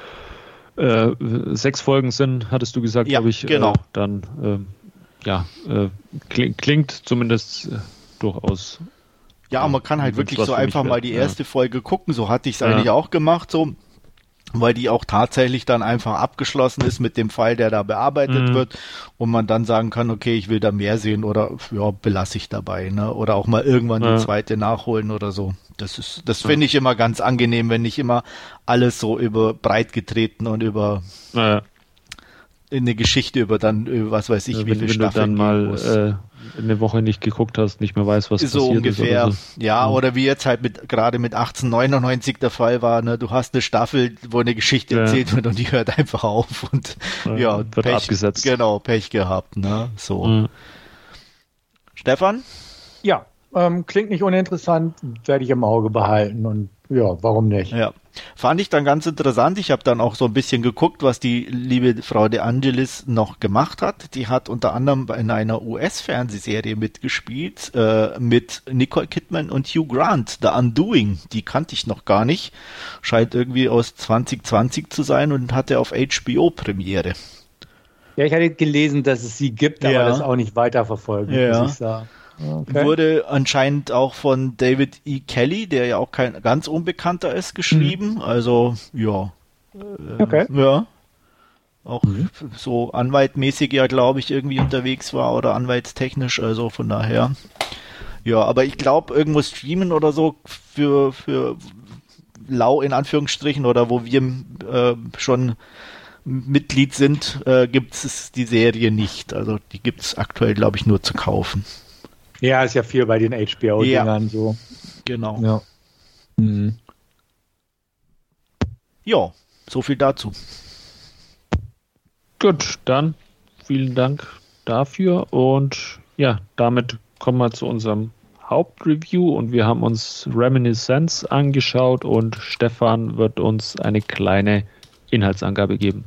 äh, sechs Folgen sind, hattest du gesagt, ja, glaube ich, genau. Äh, dann äh, ja, äh, kling, klingt zumindest äh, durchaus. Ja, man kann halt wirklich so einfach mal die erste ja. Folge gucken, so hatte ich es ja. eigentlich auch gemacht, so, weil die auch tatsächlich dann einfach abgeschlossen ist mit dem Fall, der da bearbeitet mhm. wird, und man dann sagen kann, okay, ich will da mehr sehen oder ja, belasse ich dabei, ne? Oder auch mal irgendwann ja. die zweite nachholen oder so. Das ist, das finde ich immer ganz angenehm, wenn nicht immer alles so über breit getreten und über ja. eine Geschichte über dann, über was weiß ich, ja, wie wenn, viele wenn Staffeln du dann mal äh, eine Woche nicht geguckt hast, nicht mehr weißt, was so passiert ungefähr. ist. Oder so. Ja, mhm. oder wie jetzt halt mit gerade mit achtzehnhundertneunundneunzig der Fall war, ne? Du hast eine Staffel, wo eine Geschichte ja. erzählt wird und die hört einfach auf und ja, ja wird Pech, abgesetzt. Genau, Pech gehabt, ne? So. Mhm. Stefan? Ja, ähm, klingt nicht uninteressant, werde ich im Auge behalten und ja, warum nicht? Ja, fand ich dann ganz interessant. Ich habe dann auch so ein bisschen geguckt, was die liebe Frau De Angelis noch gemacht hat. Die hat unter anderem in einer U S-Fernsehserie mitgespielt äh, mit Nicole Kidman und Hugh Grant, The Undoing. Die kannte ich noch gar nicht. Scheint irgendwie aus zwanzig zwanzig zu sein und hatte auf H B O Premiere. Ja, ich hatte gelesen, dass es sie gibt, aber ja. das auch nicht weiterverfolgt, ja. muss ich sagen. Okay. Wurde anscheinend auch von David E. Kelly, der ja auch kein ganz Unbekannter ist, geschrieben. Mhm. Also, ja. Äh, okay. Ja. Auch mhm. so anwaltmäßig ja, glaube ich, irgendwie unterwegs war oder anwaltstechnisch. Also von daher. Ja, aber ich glaube, irgendwo streamen oder so für, für lau in Anführungsstrichen oder wo wir äh, schon Mitglied sind, äh, gibt es die Serie nicht. Also die gibt es aktuell, glaube ich, nur zu kaufen. Ja, ist ja viel bei den H B O-Dingern ja. so. Genau. Ja. Mhm. Ja, so viel dazu. Gut, dann vielen Dank dafür und ja, damit kommen wir zu unserem Hauptreview und wir haben uns Reminiscence angeschaut und Stefan wird uns eine kleine Inhaltsangabe geben.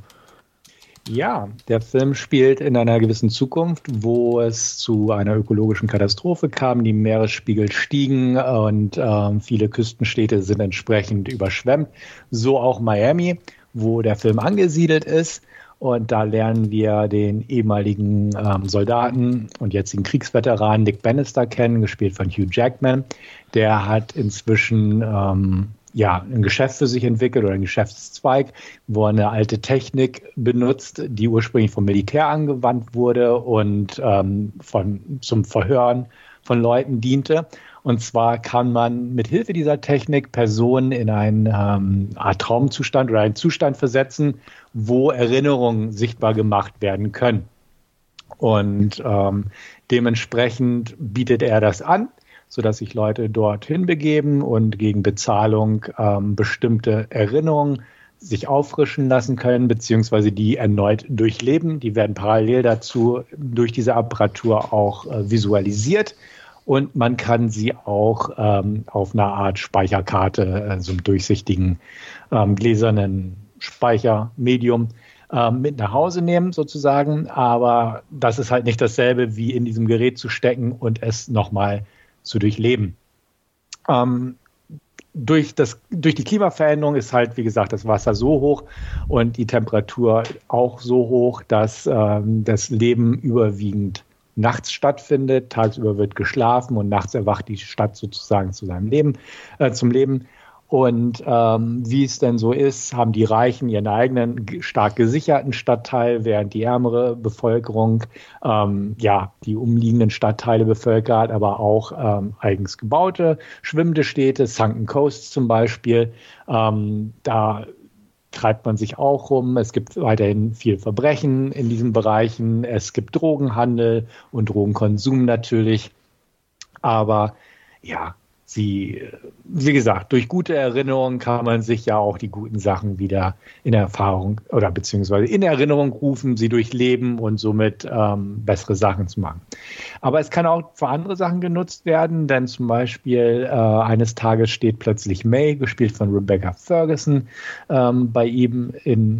Ja, der Film spielt in einer gewissen Zukunft, wo es zu einer ökologischen Katastrophe kam, die Meeresspiegel stiegen und ähm, viele Küstenstädte sind entsprechend überschwemmt. So auch Miami, wo der Film angesiedelt ist. Und da lernen wir den ehemaligen ähm, Soldaten und jetzigen Kriegsveteran Nick Bannister kennen, gespielt von Hugh Jackman. Der hat inzwischen ähm, ja, ein Geschäft für sich entwickelt oder ein Geschäftszweig, wo er eine alte Technik benutzt, die ursprünglich vom Militär angewandt wurde und ähm, von, zum Verhören von Leuten diente. Und zwar kann man mit Hilfe dieser Technik Personen in einen ähm, Art Traumzustand oder einen Zustand versetzen, wo Erinnerungen sichtbar gemacht werden können. Und ähm, dementsprechend bietet er das an, sodass sich Leute dorthin begeben und gegen Bezahlung ähm, bestimmte Erinnerungen sich auffrischen lassen können, beziehungsweise die erneut durchleben. Die werden parallel dazu durch diese Apparatur auch äh, visualisiert und man kann sie auch ähm, auf einer Art Speicherkarte, äh, so einem durchsichtigen ähm, gläsernen Speichermedium äh, mit nach Hause nehmen sozusagen. Aber das ist halt nicht dasselbe, wie in diesem Gerät zu stecken und es nochmal zu durchleben. Ähm, durch, das, durch die Klimaveränderung ist halt, wie gesagt, das Wasser so hoch und die Temperatur auch so hoch, dass ähm, das Leben überwiegend nachts stattfindet. Tagsüber wird geschlafen und nachts erwacht die Stadt sozusagen zu seinem Leben, äh, zum Leben. Und ähm, wie es denn so ist, haben die Reichen ihren eigenen stark gesicherten Stadtteil, während die ärmere Bevölkerung ähm, ja die umliegenden Stadtteile bevölkert, aber auch ähm, eigens gebaute, schwimmende Städte, Sunken Coast zum Beispiel. Ähm, da treibt man sich auch rum. Es gibt weiterhin viel Verbrechen in diesen Bereichen. Es gibt Drogenhandel und Drogenkonsum natürlich. Aber ja, Sie, wie gesagt, durch gute Erinnerungen kann man sich ja auch die guten Sachen wieder in Erfahrung oder beziehungsweise in Erinnerung rufen, sie durchleben und somit ähm, bessere Sachen zu machen. Aber es kann auch für andere Sachen genutzt werden, denn zum Beispiel äh, eines Tages steht plötzlich May, gespielt von Rebecca Ferguson, ähm, bei ihm in,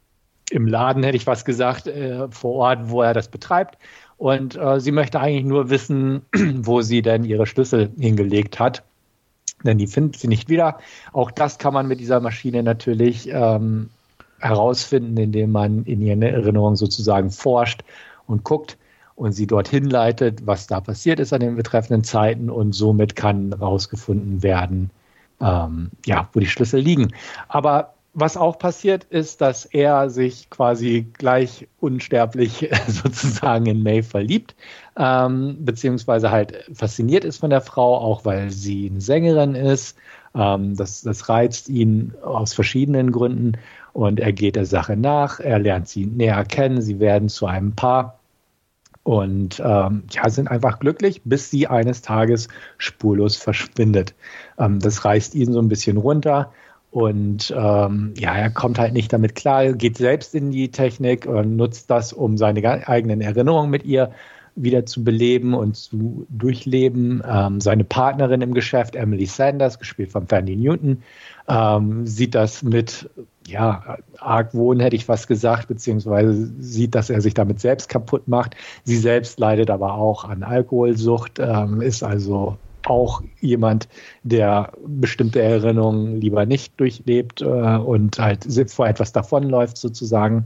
im Laden, hätte ich was gesagt, äh, vor Ort, wo er das betreibt. Und äh, sie möchte eigentlich nur wissen, wo sie denn ihre Schlüssel hingelegt hat. Denn die findet sie nicht wieder. Auch das kann man mit dieser Maschine natürlich ähm, herausfinden, indem man in ihren Erinnerungen sozusagen forscht und guckt und sie dorthin leitet, was da passiert ist an den betreffenden Zeiten. Und somit kann herausgefunden werden, ähm, ja, wo die Schlüssel liegen. Aber was auch passiert ist, dass er sich quasi gleich unsterblich sozusagen in May verliebt, ähm, beziehungsweise halt fasziniert ist von der Frau, auch weil sie eine Sängerin ist. Ähm, das, das reizt ihn aus verschiedenen Gründen und er geht der Sache nach. Er lernt sie näher kennen, sie werden zu einem Paar Und ähm, ja, sind einfach glücklich, bis sie eines Tages spurlos verschwindet. Ähm, das reißt ihn so ein bisschen runter. Und ähm, ja, er kommt halt nicht damit klar, geht selbst in die Technik und nutzt das, um seine eigenen Erinnerungen mit ihr wieder zu beleben und zu durchleben. Ähm, seine Partnerin im Geschäft, Emily Sanders, gespielt von Thandie Newton, ähm, sieht das mit ja, Argwohn, hätte ich fast gesagt, beziehungsweise sieht, dass er sich damit selbst kaputt macht. Sie selbst leidet aber auch an Alkoholsucht, ähm, ist also auch jemand, der bestimmte Erinnerungen lieber nicht durchlebt äh, und halt vor etwas davonläuft sozusagen.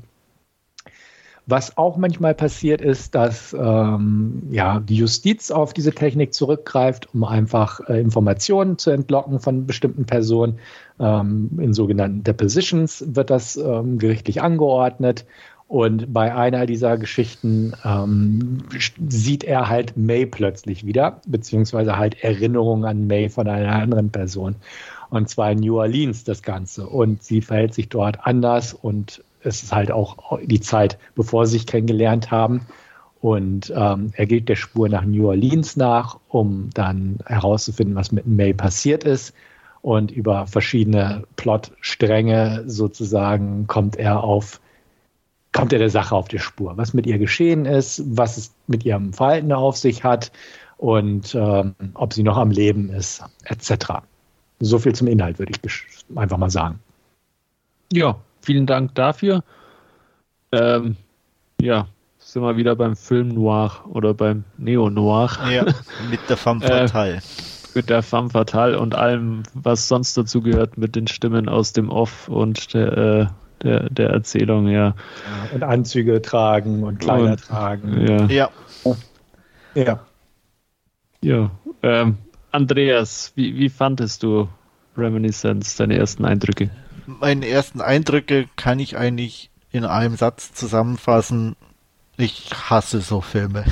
Was auch manchmal passiert ist, dass ähm, ja, die Justiz auf diese Technik zurückgreift, um einfach äh, Informationen zu entlocken von bestimmten Personen. Ähm, in sogenannten Depositions wird das ähm, gerichtlich angeordnet. Und bei einer dieser Geschichten ähm, sieht er halt May plötzlich wieder, beziehungsweise halt Erinnerungen an May von einer anderen Person. Und zwar in New Orleans das Ganze. Und sie verhält sich dort anders und es ist halt auch die Zeit, bevor sie sich kennengelernt haben. Und ähm, er geht der Spur nach New Orleans nach, um dann herauszufinden, was mit May passiert ist. Und über verschiedene Plotstränge sozusagen kommt er auf, kommt er der Sache auf die Spur, was mit ihr geschehen ist, was es mit ihrem Verhalten auf sich hat und ähm, ob sie noch am Leben ist, et cetera. So viel zum Inhalt, würde ich einfach mal sagen. Ja. Vielen Dank dafür. Ähm, ja, sind wir wieder beim Film Noir oder beim Neo-Noir. Ja, mit der Femme Fatale. äh, mit der Femme Fatale und allem, was sonst dazu gehört, mit den Stimmen aus dem Off und der, äh, der, der Erzählung, ja. ja. Und Anzüge tragen und Kleider und, tragen. Ja. Ja. Ja. ja. Ähm, Andreas, wie, wie fandest du Reminiscence, deine ersten Eindrücke? Meine ersten Eindrücke kann ich eigentlich in einem Satz zusammenfassen. Ich hasse so Filme.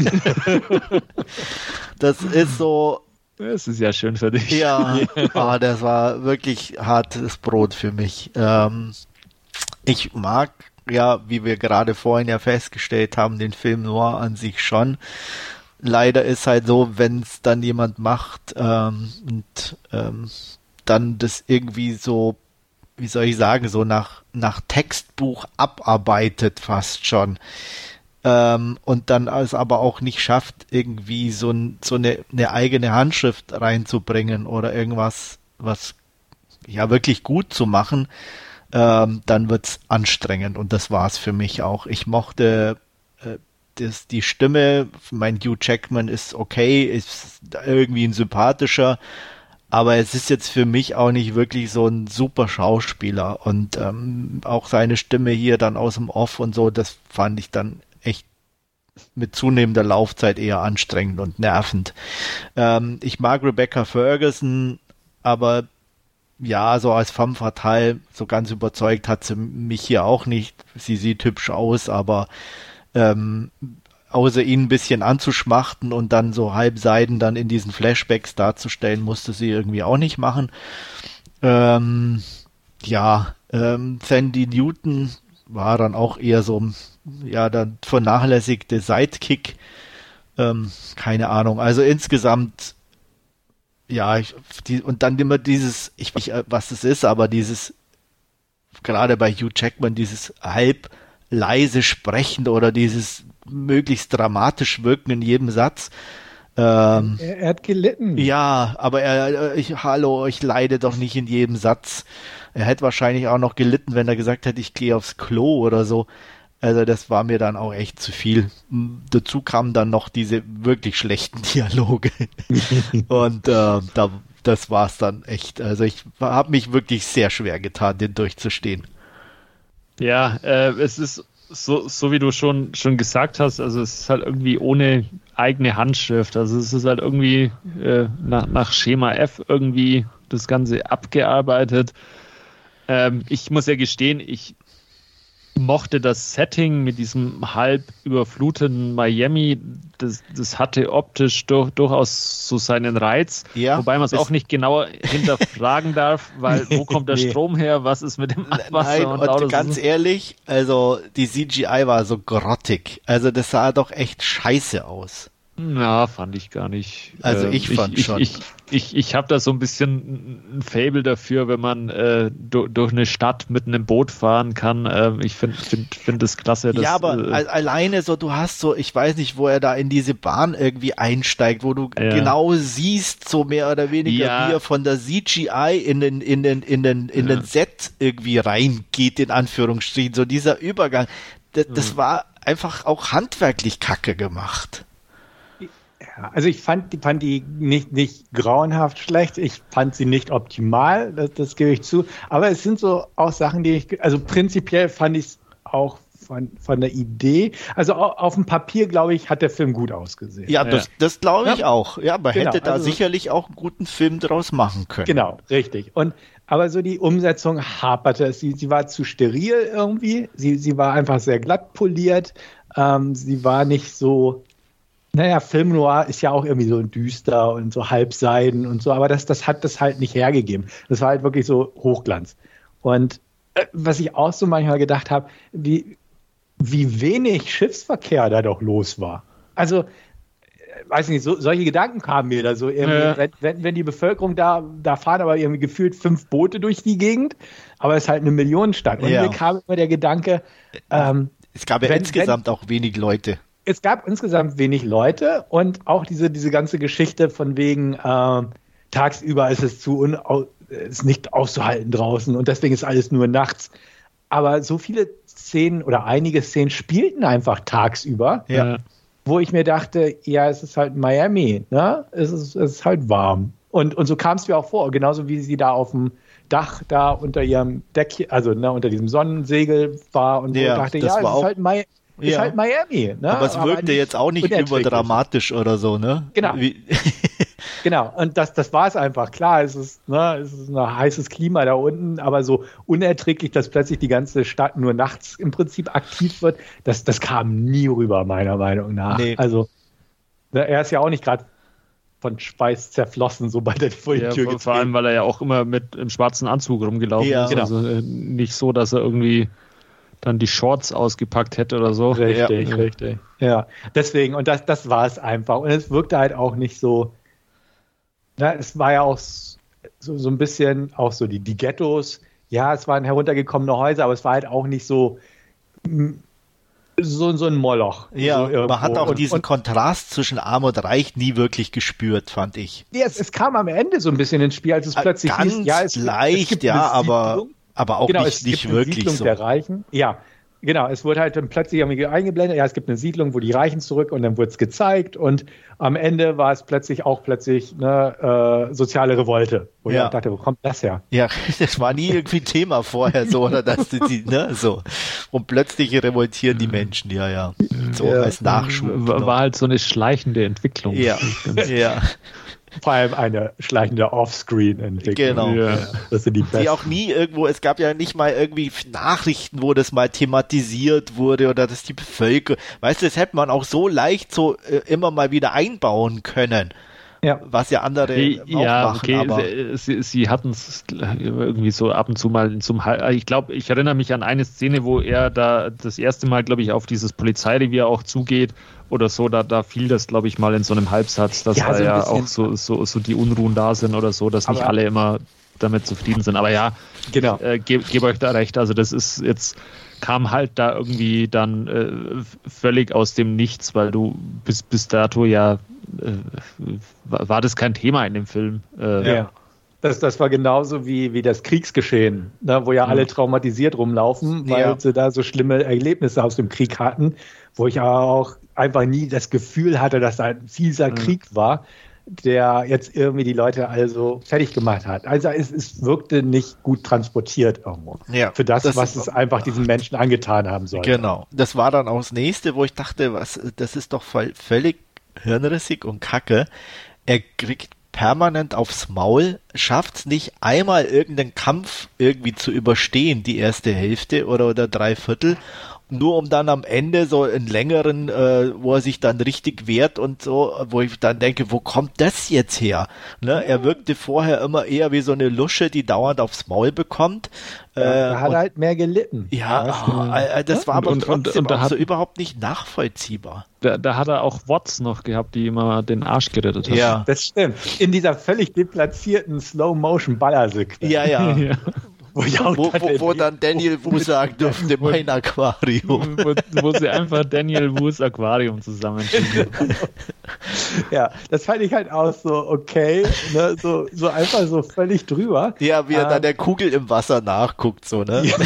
Das ist so... Das ist ja schön für dich. Ja, oh, das war wirklich hartes Brot für mich. Ähm, ich mag, ja, wie wir gerade vorhin ja festgestellt haben, den Film Noir an sich schon. Leider ist halt so, wenn es dann jemand macht ähm, und ähm, dann das irgendwie so, wie soll ich sagen, so nach, nach Textbuch abarbeitet fast schon. Ähm, und dann es aber auch nicht schafft, irgendwie so, ein, so eine, eine eigene Handschrift reinzubringen oder irgendwas, was ja wirklich gut zu machen, ähm, dann wird's anstrengend. Und das war's für mich auch. Ich mochte äh, das, die Stimme, mein Hugh Jackman ist okay, ist irgendwie ein sympathischer, aber es ist jetzt für mich auch nicht wirklich so ein super Schauspieler und ähm, auch seine Stimme hier dann aus dem Off und so, das fand ich dann echt mit zunehmender Laufzeit eher anstrengend und nervend. Ähm, ich mag Rebecca Ferguson, aber ja, so als femme fatale, so ganz überzeugt hat sie mich hier auch nicht. Sie sieht hübsch aus, aber ähm, außer ihn ein bisschen anzuschmachten und dann so halbseiden dann in diesen Flashbacks darzustellen, musste sie irgendwie auch nicht machen. Ähm, ja, ähm, Thandie Newton war dann auch eher so, ja, der vernachlässigte Sidekick. Ähm, keine Ahnung. Also insgesamt, ja, ich, die, und dann immer dieses, ich weiß nicht, was es ist, aber dieses, gerade bei Hugh Jackman, dieses halb leise Sprechen oder dieses möglichst dramatisch wirken in jedem Satz. Ähm, er, er hat gelitten. Ja, aber er, ich, hallo, ich leide doch nicht in jedem Satz. Er hätte wahrscheinlich auch noch gelitten, wenn er gesagt hätte, ich gehe aufs Klo oder so. Also das war mir dann auch echt zu viel. Dazu kamen dann noch diese wirklich schlechten Dialoge. Und äh, da, das war's dann echt. Also ich habe mich wirklich sehr schwer getan, den durchzustehen. Ja, äh, es ist so, so wie du schon, schon gesagt hast, also es ist halt irgendwie ohne eigene Handschrift. Also es ist halt irgendwie äh, nach, nach Schema F irgendwie das Ganze abgearbeitet. Ähm, ich muss ja gestehen, ich mochte das Setting mit diesem halb überfluteten Miami, das, das hatte optisch durch, durchaus so seinen Reiz, ja, wobei man es auch nicht genauer hinterfragen darf, weil wo kommt der nee. Strom her, was ist mit dem Abwasser? Nein, und, und ganz so. ehrlich, also die C G I war so grottig, also das sah doch echt scheiße aus. Ja, fand ich gar nicht. Also ich fand ich, schon. Ich, ich, ich, ich habe da so ein bisschen ein Faible dafür, wenn man äh, do, durch eine Stadt mit einem Boot fahren kann. Äh, ich finde find, find das klasse. Dass, ja, aber äh, alleine so, du hast so, ich weiß nicht, wo er da in diese Bahn irgendwie einsteigt, wo du ja. genau siehst, so mehr oder weniger, ja. wie er von der C G I in den, in den, in den, in ja. den Set irgendwie reingeht, in Anführungsstrichen. So dieser Übergang, das, das mhm. war einfach auch handwerklich kacke gemacht. Also ich fand, fand die nicht, nicht grauenhaft schlecht, ich fand sie nicht optimal, das, das gebe ich zu, aber es sind so auch Sachen, die ich, also prinzipiell fand ich es auch von, von der Idee, also auf dem Papier, glaube ich, hat der Film gut ausgesehen. Ja, das, das glaube ich ja. auch, ja, man genau. hätte da also, sicherlich auch einen guten Film draus machen können. Genau, richtig. Und aber so die Umsetzung haperte, sie, sie war zu steril irgendwie, sie, sie war einfach sehr glatt poliert, ähm, sie war nicht so. Naja, Film Noir ist ja auch irgendwie so düster und so halbseiden und so, aber das, das hat das halt nicht hergegeben. Das war halt wirklich so Hochglanz. Und äh, was ich auch so manchmal gedacht habe, wie, wie wenig Schiffsverkehr da doch los war. Also, äh, weiß nicht, so, solche Gedanken kamen mir da so. Ja. Wenn, wenn, wenn die Bevölkerung da, da fahren aber irgendwie gefühlt fünf Boote durch die Gegend, aber es ist halt eine Millionenstadt. Und ja. mir kam immer der Gedanke, ähm, es gab ja wenn, insgesamt wenn, auch wenig Leute. Es gab insgesamt wenig Leute und auch diese, diese ganze Geschichte von wegen äh, tagsüber ist es zu un, ist nicht auszuhalten draußen und deswegen ist alles nur nachts. Aber so viele Szenen oder einige Szenen spielten einfach tagsüber, ja. wo ich mir dachte, ja, es ist halt Miami, ne? Es ist, es ist halt warm. Und, und so kam es mir auch vor, genauso wie sie da auf dem Dach da unter ihrem Deck, also ne, unter diesem Sonnensegel war und ja, so dachte, das ja, war es ist halt Miami. Ist ja. halt Miami. Ne? Aber es wirkte aber jetzt auch nicht überdramatisch oder so, ne? Genau. Genau. Und das, das war es einfach. Klar, es ist, ne, es ist ein heißes Klima da unten, aber so unerträglich, dass plötzlich die ganze Stadt nur nachts im Prinzip aktiv wird, das, das kam nie rüber, meiner Meinung nach. Nee. Also, er ist ja auch nicht gerade von Schweiß zerflossen, sobald er vor die ja, Tür vor, geht. vor allem, weil er ja auch immer mit im schwarzen Anzug rumgelaufen ja. ist. Genau. Also äh, nicht so, dass er irgendwie dann die Shorts ausgepackt hätte oder so. Richtig, ja. richtig. Ja, deswegen, und das, das war es einfach. Und es wirkte halt auch nicht so, na, es war ja auch so, so ein bisschen auch so die, die Ghettos. Ja, es waren heruntergekommene Häuser, aber es war halt auch nicht so so, so ein Moloch. Ja, so man hat auch und, diesen und, Kontrast zwischen Arm und Reich nie wirklich gespürt, fand ich. Ja, es, es kam am Ende so ein bisschen ins Spiel, als es plötzlich Ganz hieß, ja, es, leicht, es gibt ja, eine aber... Aber auch genau, nicht, es nicht gibt wirklich eine Siedlung so. Der Reichen. Ja, genau. Es wurde halt dann plötzlich irgendwie eingeblendet. Ja, es gibt eine Siedlung, wo die Reichen zurück und dann wurde es gezeigt und am Ende war es plötzlich auch plötzlich eine äh, soziale Revolte. Wo ja. ich dachte, wo kommt das her? Ja, das war nie irgendwie Thema vorher so oder dass die, ne, so. Und plötzlich revoltieren die Menschen, ja, ja. So ja. als Nachschub. War, war halt so eine schleichende Entwicklung. Ja, ja. Vor allem eine schleichende Offscreen-Entwicklung. Genau. Ja. Das sind die besten. Die auch nie irgendwo, es gab ja nicht mal irgendwie Nachrichten, wo das mal thematisiert wurde oder dass die Bevölkerung, weißt du, das hätte man auch so leicht so äh, immer mal wieder einbauen können. Ja. Was ja andere okay, auch ja, machen. Okay, aber sie, sie hatten es irgendwie so ab und zu mal zum Hal- ich glaube, ich erinnere mich an eine Szene, wo er da das erste Mal, glaube ich, auf dieses Polizeirevier auch zugeht oder so, da, da fiel das, glaube ich, mal in so einem Halbsatz, dass ja, da so ja bisschen. auch so, so, so die Unruhen da sind oder so, dass nicht aber alle immer damit zufrieden sind. Aber ja, genau. äh, gebe geb euch da recht, also das ist jetzt kam halt da irgendwie dann äh, völlig aus dem Nichts, weil du bis, bis dato ja äh, war das kein Thema in dem Film. Äh, ja. Das, das war genauso wie, wie das Kriegsgeschehen, ne, wo ja alle traumatisiert rumlaufen, weil ja. sie da so schlimme Erlebnisse aus dem Krieg hatten, wo ich auch einfach nie das Gefühl hatte, dass da ein fieser mhm. Krieg war, der jetzt irgendwie die Leute also fertig gemacht hat. Also es, es wirkte nicht gut transportiert irgendwo. Ja, für das, das was es einfach diesen Menschen angetan haben soll. Genau. Das war dann auch das nächste, wo ich dachte, was, das ist doch voll, völlig hirnrissig und kacke. Er kriegt permanent aufs Maul, schafft's nicht einmal irgendeinen Kampf irgendwie zu überstehen, die erste Hälfte oder, oder drei Viertel, nur um dann am Ende so einen längeren, äh, wo er sich dann richtig wehrt und so, wo ich dann denke, wo kommt das jetzt her? Ne? Er wirkte vorher immer eher wie so eine Lusche, die dauernd aufs Maul bekommt. Ja, er äh, hat und, halt mehr gelitten. Ja, oh, äh, das war aber und, trotzdem und, und, und auch hat, so überhaupt nicht nachvollziehbar. Da, da hat er auch Watts noch gehabt, die immer den Arsch gerettet hat. Ja. Das stimmt. In dieser völlig deplatzierten Slow-Motion-Ballersequenz. Ja, ja. ja. Wo, wo, wo, wo dann Daniel Wu sagen durfte, mein Aquarium. Wo, wo sie einfach Daniel Wus Aquarium zusammenschieben. Ja, das fand ich halt auch so okay, ne? so, so einfach so völlig drüber. Ja, wie er ähm, dann der Kugel im Wasser nachguckt, so, ne? Ja,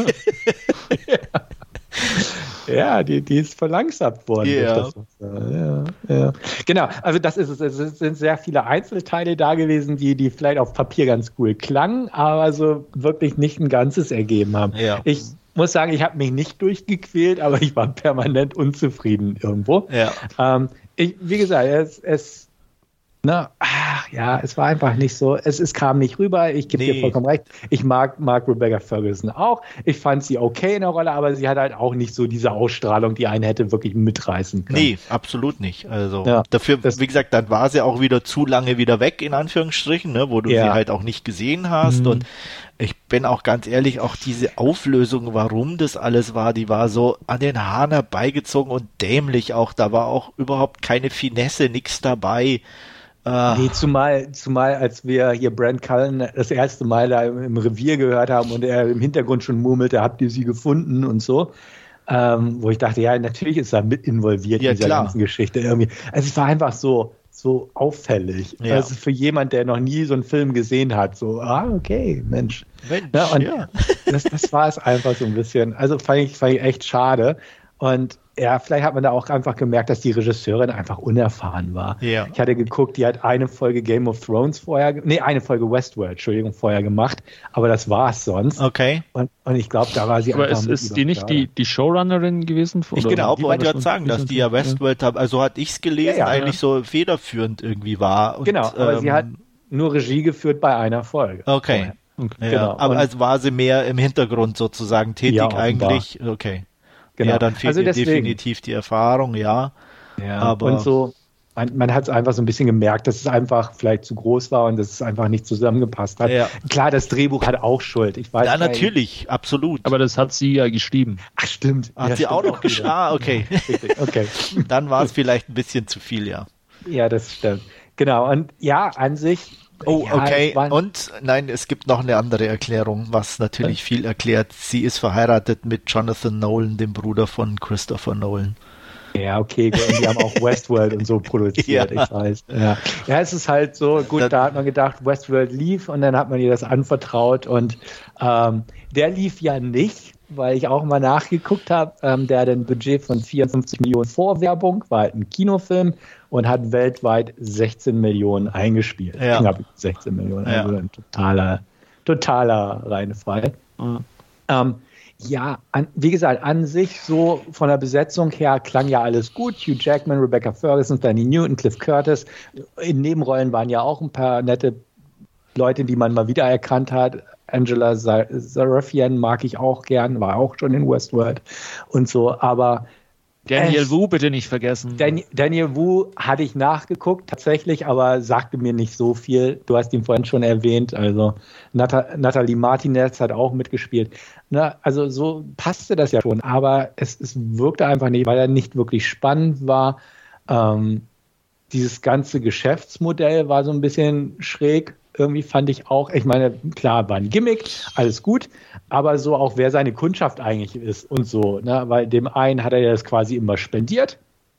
ja die, die ist verlangsamt worden. Yeah. Durch das Wasser. Ja, ja. Genau, also das ist es. Es sind sehr viele Einzelteile da gewesen, die, die vielleicht auf Papier ganz cool klangen, aber so wirklich nicht ein Ganzes ergeben haben. Ja. Ich muss sagen, ich habe mich nicht durchgequält, aber ich war permanent unzufrieden irgendwo. Ja. Ähm, ich, wie gesagt, es, es Ne, ach, ja, es war einfach nicht so, es, es kam nicht rüber, ich gebe Nee. dir vollkommen recht, ich mag, mag Rebecca Ferguson auch, ich fand sie okay in der Rolle, aber sie hat halt auch nicht so diese Ausstrahlung, die einen hätte wirklich mitreißen können. Nee, absolut nicht. Also Ja, dafür, das- wie gesagt, dann war sie auch wieder zu lange wieder weg, in Anführungsstrichen, ne, wo du Ja. sie halt auch nicht gesehen hast. Mhm. Und ich bin auch ganz ehrlich, auch diese Auflösung, warum das alles war, die war so an den Haaren herbeigezogen und dämlich auch. Da war auch überhaupt keine Finesse, nichts dabei. Äh, Nee, zumal, zumal als wir hier Brent Cullen das erste Mal da im, im Revier gehört haben und er im Hintergrund schon murmelte, habt ihr sie gefunden und so, ähm, wo ich dachte, ja, natürlich ist er mit involviert Ja, in dieser klar. ganzen Geschichte irgendwie. Also es war einfach so, so auffällig. Ja. Also für jemand, der noch nie so einen Film gesehen hat, so, ah, okay, Mensch. Mensch, Ja, und ja. das, das war es einfach so ein bisschen. Also fand ich, fand ich echt schade. Und ja, vielleicht hat man da auch einfach gemerkt, dass die Regisseurin einfach unerfahren war. Ja. Ich hatte geguckt, die hat eine Folge Game of Thrones vorher, ge- nee, eine Folge Westworld, Entschuldigung, vorher gemacht, aber das war es sonst. Okay. Und, und ich glaube, da war sie Aber einfach ist, mit ist die nicht die, überfordert. die Showrunnerin gewesen? Ich Oder- genau, die wollte war gerade sagen, dass die ja Westworld, haben, also hatte ich es gelesen, Ja, ja. eigentlich so federführend irgendwie war. Und, Genau, aber ähm, sie hat nur Regie geführt bei einer Folge. Okay. Okay. Ja, Genau. aber Und- also war sie mehr im Hintergrund sozusagen tätig Ja, offenbar. eigentlich. Okay. Genau. Ja, dann fehlt Also ihr deswegen. definitiv die Erfahrung, ja. Ja, aber- und so, man, man hat es einfach so ein bisschen gemerkt, dass es einfach vielleicht zu groß war und dass es einfach nicht zusammengepasst hat. Ja. Klar, das Drehbuch hat auch Schuld. Ich weiß Ja, gar natürlich, absolut. Aber das hat sie ja geschrieben. Ach, stimmt. Hat Ja, sie stimmt auch noch wieder. geschrieben? Ah, okay. Richtig, okay. Dann war es vielleicht ein bisschen zu viel, ja. Ja, das stimmt. Genau, und ja, an sich. Oh, ja, okay. es war- Und nein, es gibt noch eine andere Erklärung, was natürlich viel erklärt. Sie ist verheiratet mit Jonathan Nolan, dem Bruder von Christopher Nolan. Ja, okay, gut, und die haben auch Westworld und so produziert, Ja. ich weiß. Ja. ja, es ist halt so, gut, Das- da hat man gedacht, Westworld lief und dann hat man ihr das anvertraut und ähm, der lief ja nicht, weil ich auch mal nachgeguckt habe, ähm, der hat ein Budget von vierundfünfzig Millionen Vorwerbung, war halt ein Kinofilm und hat weltweit sechzehn Millionen eingespielt. Ja. Knapp sechzehn Millionen, Ja. also ein totaler, totaler Reinfall. Ja. Ähm, ja, an, wie gesagt, an sich so von der Besetzung her klang ja alles gut. Hugh Jackman, Rebecca Ferguson, Danny Newton, Cliff Curtis. In Nebenrollen waren ja auch ein paar nette Leute, die man mal wiedererkannt hat. Angela Sarafian mag ich auch gern, war auch schon in Westworld und so. Aber Daniel Es- Wu bitte nicht vergessen. Dan Daniel Wu hatte ich nachgeguckt tatsächlich, aber sagte mir nicht so viel. Du hast ihn vorhin schon erwähnt. Also Nata Natalie Martinez hat auch mitgespielt. Na, also so passte das ja schon, aber es, es wirkte einfach nicht, weil er nicht wirklich spannend war. Ähm, dieses ganze Geschäftsmodell war so ein bisschen schräg. Irgendwie fand ich auch, ich meine, klar, war ein Gimmick, alles gut, aber so auch, wer seine Kundschaft eigentlich ist und so, ne? Weil dem einen hat er ja das quasi immer spendiert,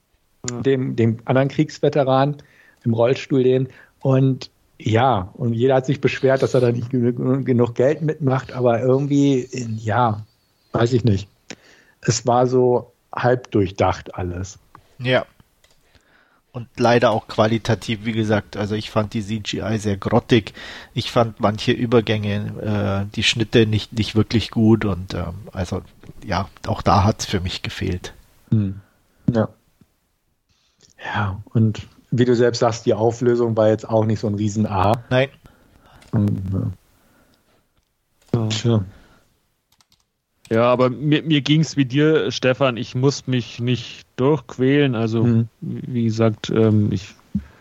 dem, dem anderen Kriegsveteran im Rollstuhl den und ja, und jeder hat sich beschwert, dass er da nicht genug, genug Geld mitmacht, aber irgendwie, ja, weiß ich nicht. Es war so halb durchdacht alles. Ja. Und leider auch qualitativ, wie gesagt, also ich fand die C G I sehr grottig. Ich fand manche Übergänge, äh, die Schnitte nicht, nicht wirklich gut und ähm, also ja, auch da hat's für mich gefehlt. Hm. Ja. Ja, und wie du selbst sagst, die Auflösung war jetzt auch nicht so ein Riesen-A. Nein. Mhm. Tja. Ja, aber mir, mir ging es wie dir, Stefan. Ich muss mich nicht durchquälen. Also, mhm. wie gesagt, ähm, ich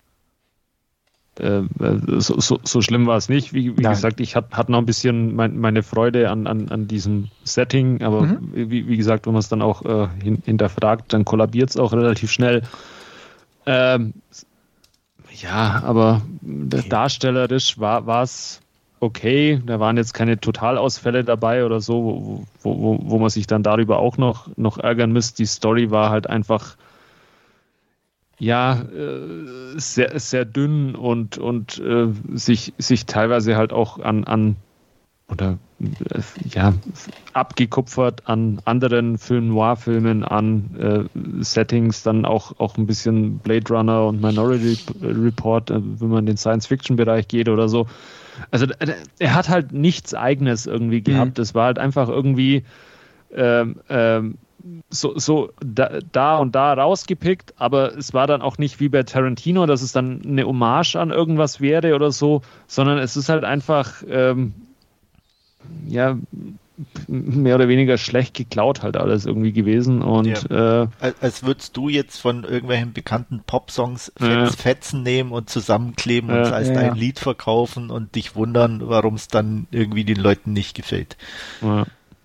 äh, so, so, so schlimm war es nicht. Wie, wie gesagt, ich hatte hat noch ein bisschen mein, meine Freude an, an, an diesem Setting, aber mhm. wie, wie gesagt, wenn man es dann auch äh, hin, hinterfragt, dann kollabiert es auch relativ schnell. Ähm, ja, aber okay. darstellerisch war es okay, da waren jetzt keine Totalausfälle dabei oder so, wo, wo, wo man sich dann darüber auch noch, noch ärgern müsste. Die Story war halt einfach ja äh, sehr, sehr dünn und, und äh, sich, sich teilweise halt auch an, an oder äh, ja abgekupfert an anderen Film-Noir-Filmen, an äh, Settings, dann auch, auch ein bisschen Blade Runner und Minority Report, äh, wenn man in den Science-Fiction-Bereich geht oder so. Also er hat halt nichts Eigenes irgendwie gehabt. Das mhm. war halt einfach irgendwie ähm, ähm, so, so da, da und da rausgepickt, aber es war dann auch nicht wie bei Tarantino, dass es dann eine Hommage an irgendwas wäre oder so, sondern es ist halt einfach ähm, ja mehr oder weniger schlecht geklaut halt alles irgendwie gewesen und ja. äh, als würdest du jetzt von irgendwelchen bekannten Pop-Songs Fetz, ja. Fetzen nehmen und zusammenkleben ja. und als ja. dein Lied verkaufen und dich wundern, warum es dann irgendwie den Leuten nicht gefällt. Ja,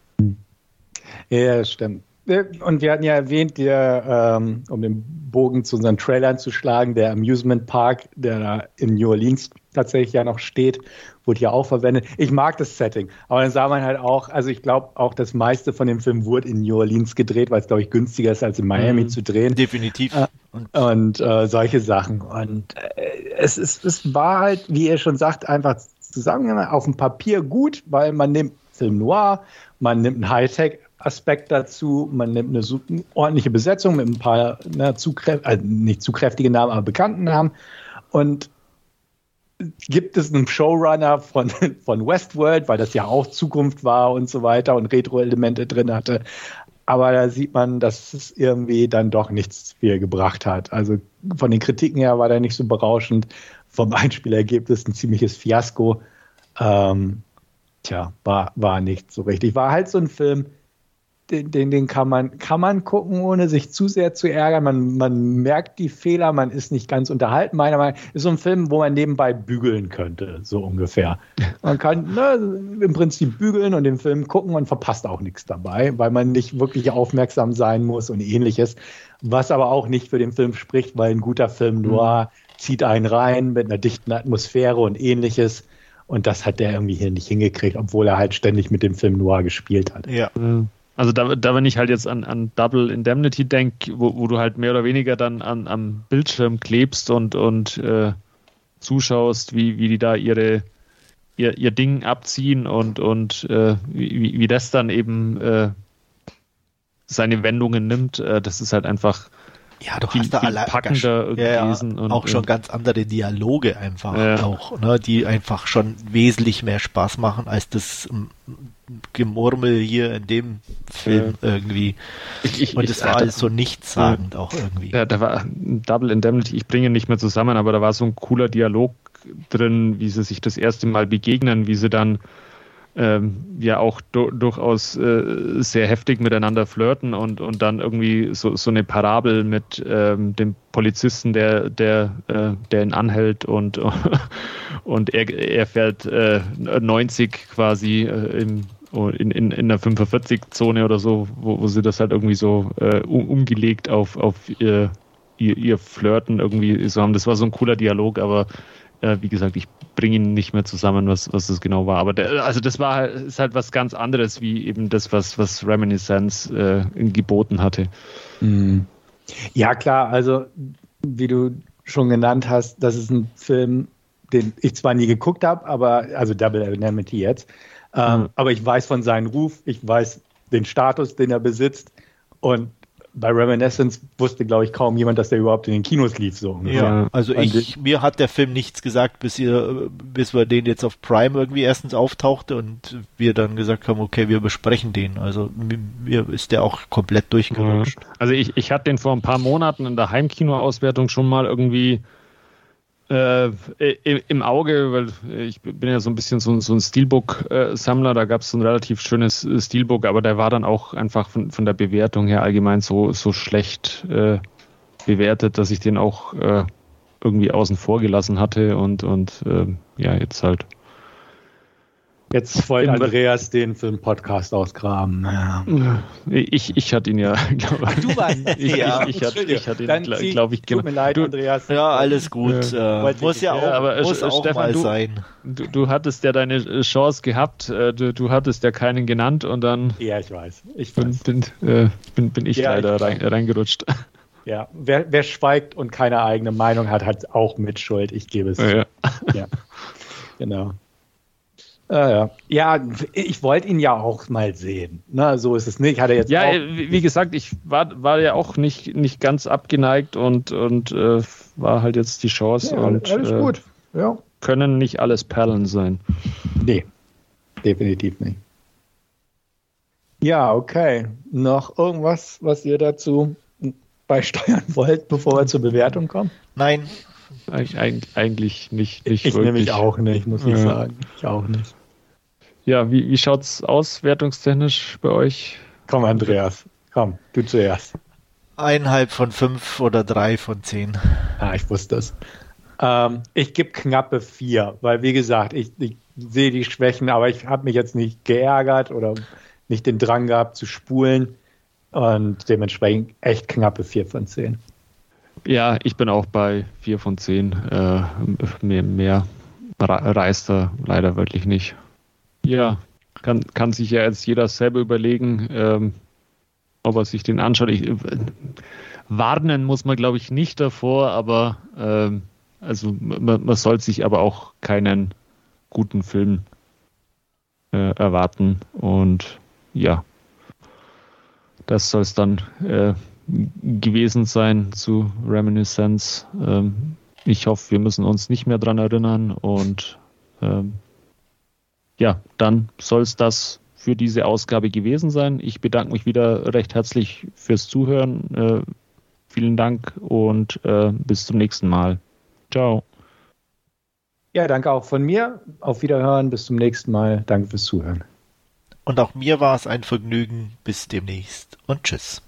ja stimmt. Und wir hatten ja erwähnt, der, ähm, um den Bogen zu unseren Trailern zu schlagen, der Amusement Park, der da in New Orleans tatsächlich ja noch steht, wurde ja auch verwendet. Ich mag das Setting, aber dann sah man halt auch, also ich glaube auch das meiste von dem Film wurde in New Orleans gedreht, weil es glaube ich günstiger ist als in Miami mhm. zu drehen. Definitiv. Äh, und und äh, solche Sachen. Und äh, es, ist, es war halt, wie ihr schon sagt, einfach zu sagen, auf dem Papier gut, weil man nimmt Film Noir, man nimmt einen Hightech Aspekt dazu, man nimmt eine, eine ordentliche Besetzung mit ein paar ne, zu also nicht zu kräftige Namen, aber bekannten Namen und gibt es einen Showrunner von, von Westworld, weil das ja auch Zukunft war und so weiter und Retro-Elemente drin hatte, aber da sieht man, dass es irgendwie dann doch nichts viel gebracht hat. Also von den Kritiken her war der nicht so berauschend, vom Einspielergebnis ein ziemliches Fiasko. Ähm, tja, war, war nicht so richtig. War halt so ein Film, Den, den, den kann man, kann man gucken, ohne sich zu sehr zu ärgern. Man, man merkt die Fehler, man ist nicht ganz unterhalten. Meiner Meinung nach ist so ein Film, wo man nebenbei bügeln könnte, so ungefähr. Man kann ne, im Prinzip bügeln und den Film gucken und verpasst auch nichts dabei, weil man nicht wirklich aufmerksam sein muss und ähnliches. Was aber auch nicht für den Film spricht, weil ein guter Film noir mhm. zieht einen rein mit einer dichten Atmosphäre und ähnliches. Und das hat der irgendwie hier nicht hingekriegt, obwohl er halt ständig mit dem Film noir gespielt hat. Ja. Mhm. Also da, da wenn ich halt jetzt an, an Double Indemnity denke, wo, wo du halt mehr oder weniger dann an, am Bildschirm klebst und, und äh, zuschaust, wie, wie die da ihre ihr, ihr Ding abziehen und, und äh, wie, wie das dann eben äh, seine Wendungen nimmt, äh, das ist halt einfach ja, du viel, hast da viel alle packender ja, gewesen. Und, auch schon und, ganz andere Dialoge einfach ja. auch, ne, die einfach schon wesentlich mehr Spaß machen als das Gemurmel hier in dem Film ja. irgendwie. Ich, ich, und es war alles so nichtssagend ja. auch irgendwie. Ja, da war Double Indemnity, ich bringe nicht mehr zusammen, aber da war so ein cooler Dialog drin, wie sie sich das erste Mal begegnen, wie sie dann ähm, ja auch du, durchaus äh, sehr heftig miteinander flirten und, und dann irgendwie so, so eine Parabel mit ähm, dem Polizisten, der, der, äh, der ihn anhält und, und er, er fährt äh, neunzig quasi äh, im In, in, in der fünfundvierzig-Zone oder so, wo, wo sie das halt irgendwie so äh, umgelegt auf, auf ihr, ihr, ihr Flirten irgendwie so haben. Das war so ein cooler Dialog, aber äh, wie gesagt, ich bringe ihn nicht mehr zusammen, was, was das genau war. Aber der, also das war halt, ist halt was ganz anderes, wie eben das, was, was Reminiscence äh, geboten hatte. Mhm. Ja, klar, also wie du schon genannt hast, das ist ein Film, den ich zwar nie geguckt habe, aber, also Double Indemnity jetzt, Ähm, mhm. aber ich weiß von seinem Ruf, ich weiß den Status, den er besitzt und bei Reminiscence wusste, glaube ich, kaum jemand, dass der überhaupt in den Kinos lief. So ja, also ich, mir hat der Film nichts gesagt, bis ihr, bis wir den jetzt auf Prime irgendwie erstens auftauchte und wir dann gesagt haben, okay, wir besprechen den. Also mir ist der auch komplett durchgerutscht. Also ich, ich hatte den vor ein paar Monaten in der Heimkinoauswertung schon mal irgendwie Äh, im Auge, weil ich bin ja so ein bisschen so, so ein Steelbook-Sammler, da gab es so ein relativ schönes Steelbook, aber der war dann auch einfach von, von der Bewertung her allgemein so, so schlecht äh, bewertet, dass ich den auch äh, irgendwie außen vor gelassen hatte und, und äh, ja, jetzt halt. Jetzt wollte Andreas den für den Podcast ausgraben. Ja. Ich, ich hatte ihn ja, glaube ich. Du warst ich, ja. ich, ich, hatte, ich hatte ihn, glaube glaub ich, genau. Tut mir leid, du, Andreas. Ja, alles gut. Ja. Äh, muss ja auch, ja, aber, muss äh, auch Stefan, mal du, sein. Du, du hattest ja deine Chance gehabt. Du, du hattest ja keinen genannt und dann. Ja, ich weiß. Ich bin, weiß. Bin, äh, bin, bin ich ja, leider ich rein, reingerutscht. Ja, wer, wer schweigt und keine eigene Meinung hat, hat auch Mitschuld. Ich gebe es. Ja. Ja. Genau. Äh, ja. ja, ich wollte ihn ja auch mal sehen. Na, so ist es nicht. Hat er jetzt ja, auch wie gesagt, ich war, war ja auch nicht, nicht ganz abgeneigt und, und äh, war halt jetzt die Chance. Ja, und, alles äh, gut. Ja. Können nicht alles Perlen sein. Nee, definitiv nicht. Ja, okay. Noch irgendwas, was ihr dazu beisteuern wollt, bevor wir zur Bewertung kommen? Nein. Eig eigentlich nicht, nicht ich wirklich. nämlich auch nicht, muss ich ja. sagen. Ich auch nicht. Ja, wie, wie schaut es aus, wertungstechnisch bei euch? Komm, Andreas. Komm, du zuerst. Eineinhalb von fünf oder drei von zehn. Ah, ich wusste es. Ähm, ich gebe knappe vier, weil, wie gesagt, ich, ich sehe die Schwächen, aber ich habe mich jetzt nicht geärgert oder nicht den Drang gehabt zu spulen und dementsprechend echt knappe vier von zehn. Ja, ich bin auch bei vier von zehn. Äh, mehr mehr reißt er leider wirklich nicht. Ja, kann, kann sich ja jetzt jeder selber überlegen, ähm, ob er sich den anschaut. Ich, äh, warnen muss man, glaube ich, nicht davor, aber ähm, also man, man soll sich aber auch keinen guten Film äh, erwarten. Und ja, das soll es dann äh, gewesen sein zu Reminiscence. Ähm, ich hoffe, wir müssen uns nicht mehr dran erinnern und ähm, ja, dann soll es das für diese Ausgabe gewesen sein. Ich bedanke mich wieder recht herzlich fürs Zuhören. Äh, vielen Dank und äh, bis zum nächsten Mal. Ciao. Ja, danke auch von mir. Auf Wiederhören. Bis zum nächsten Mal. Danke fürs Zuhören. Und auch mir war es ein Vergnügen. Bis demnächst und tschüss.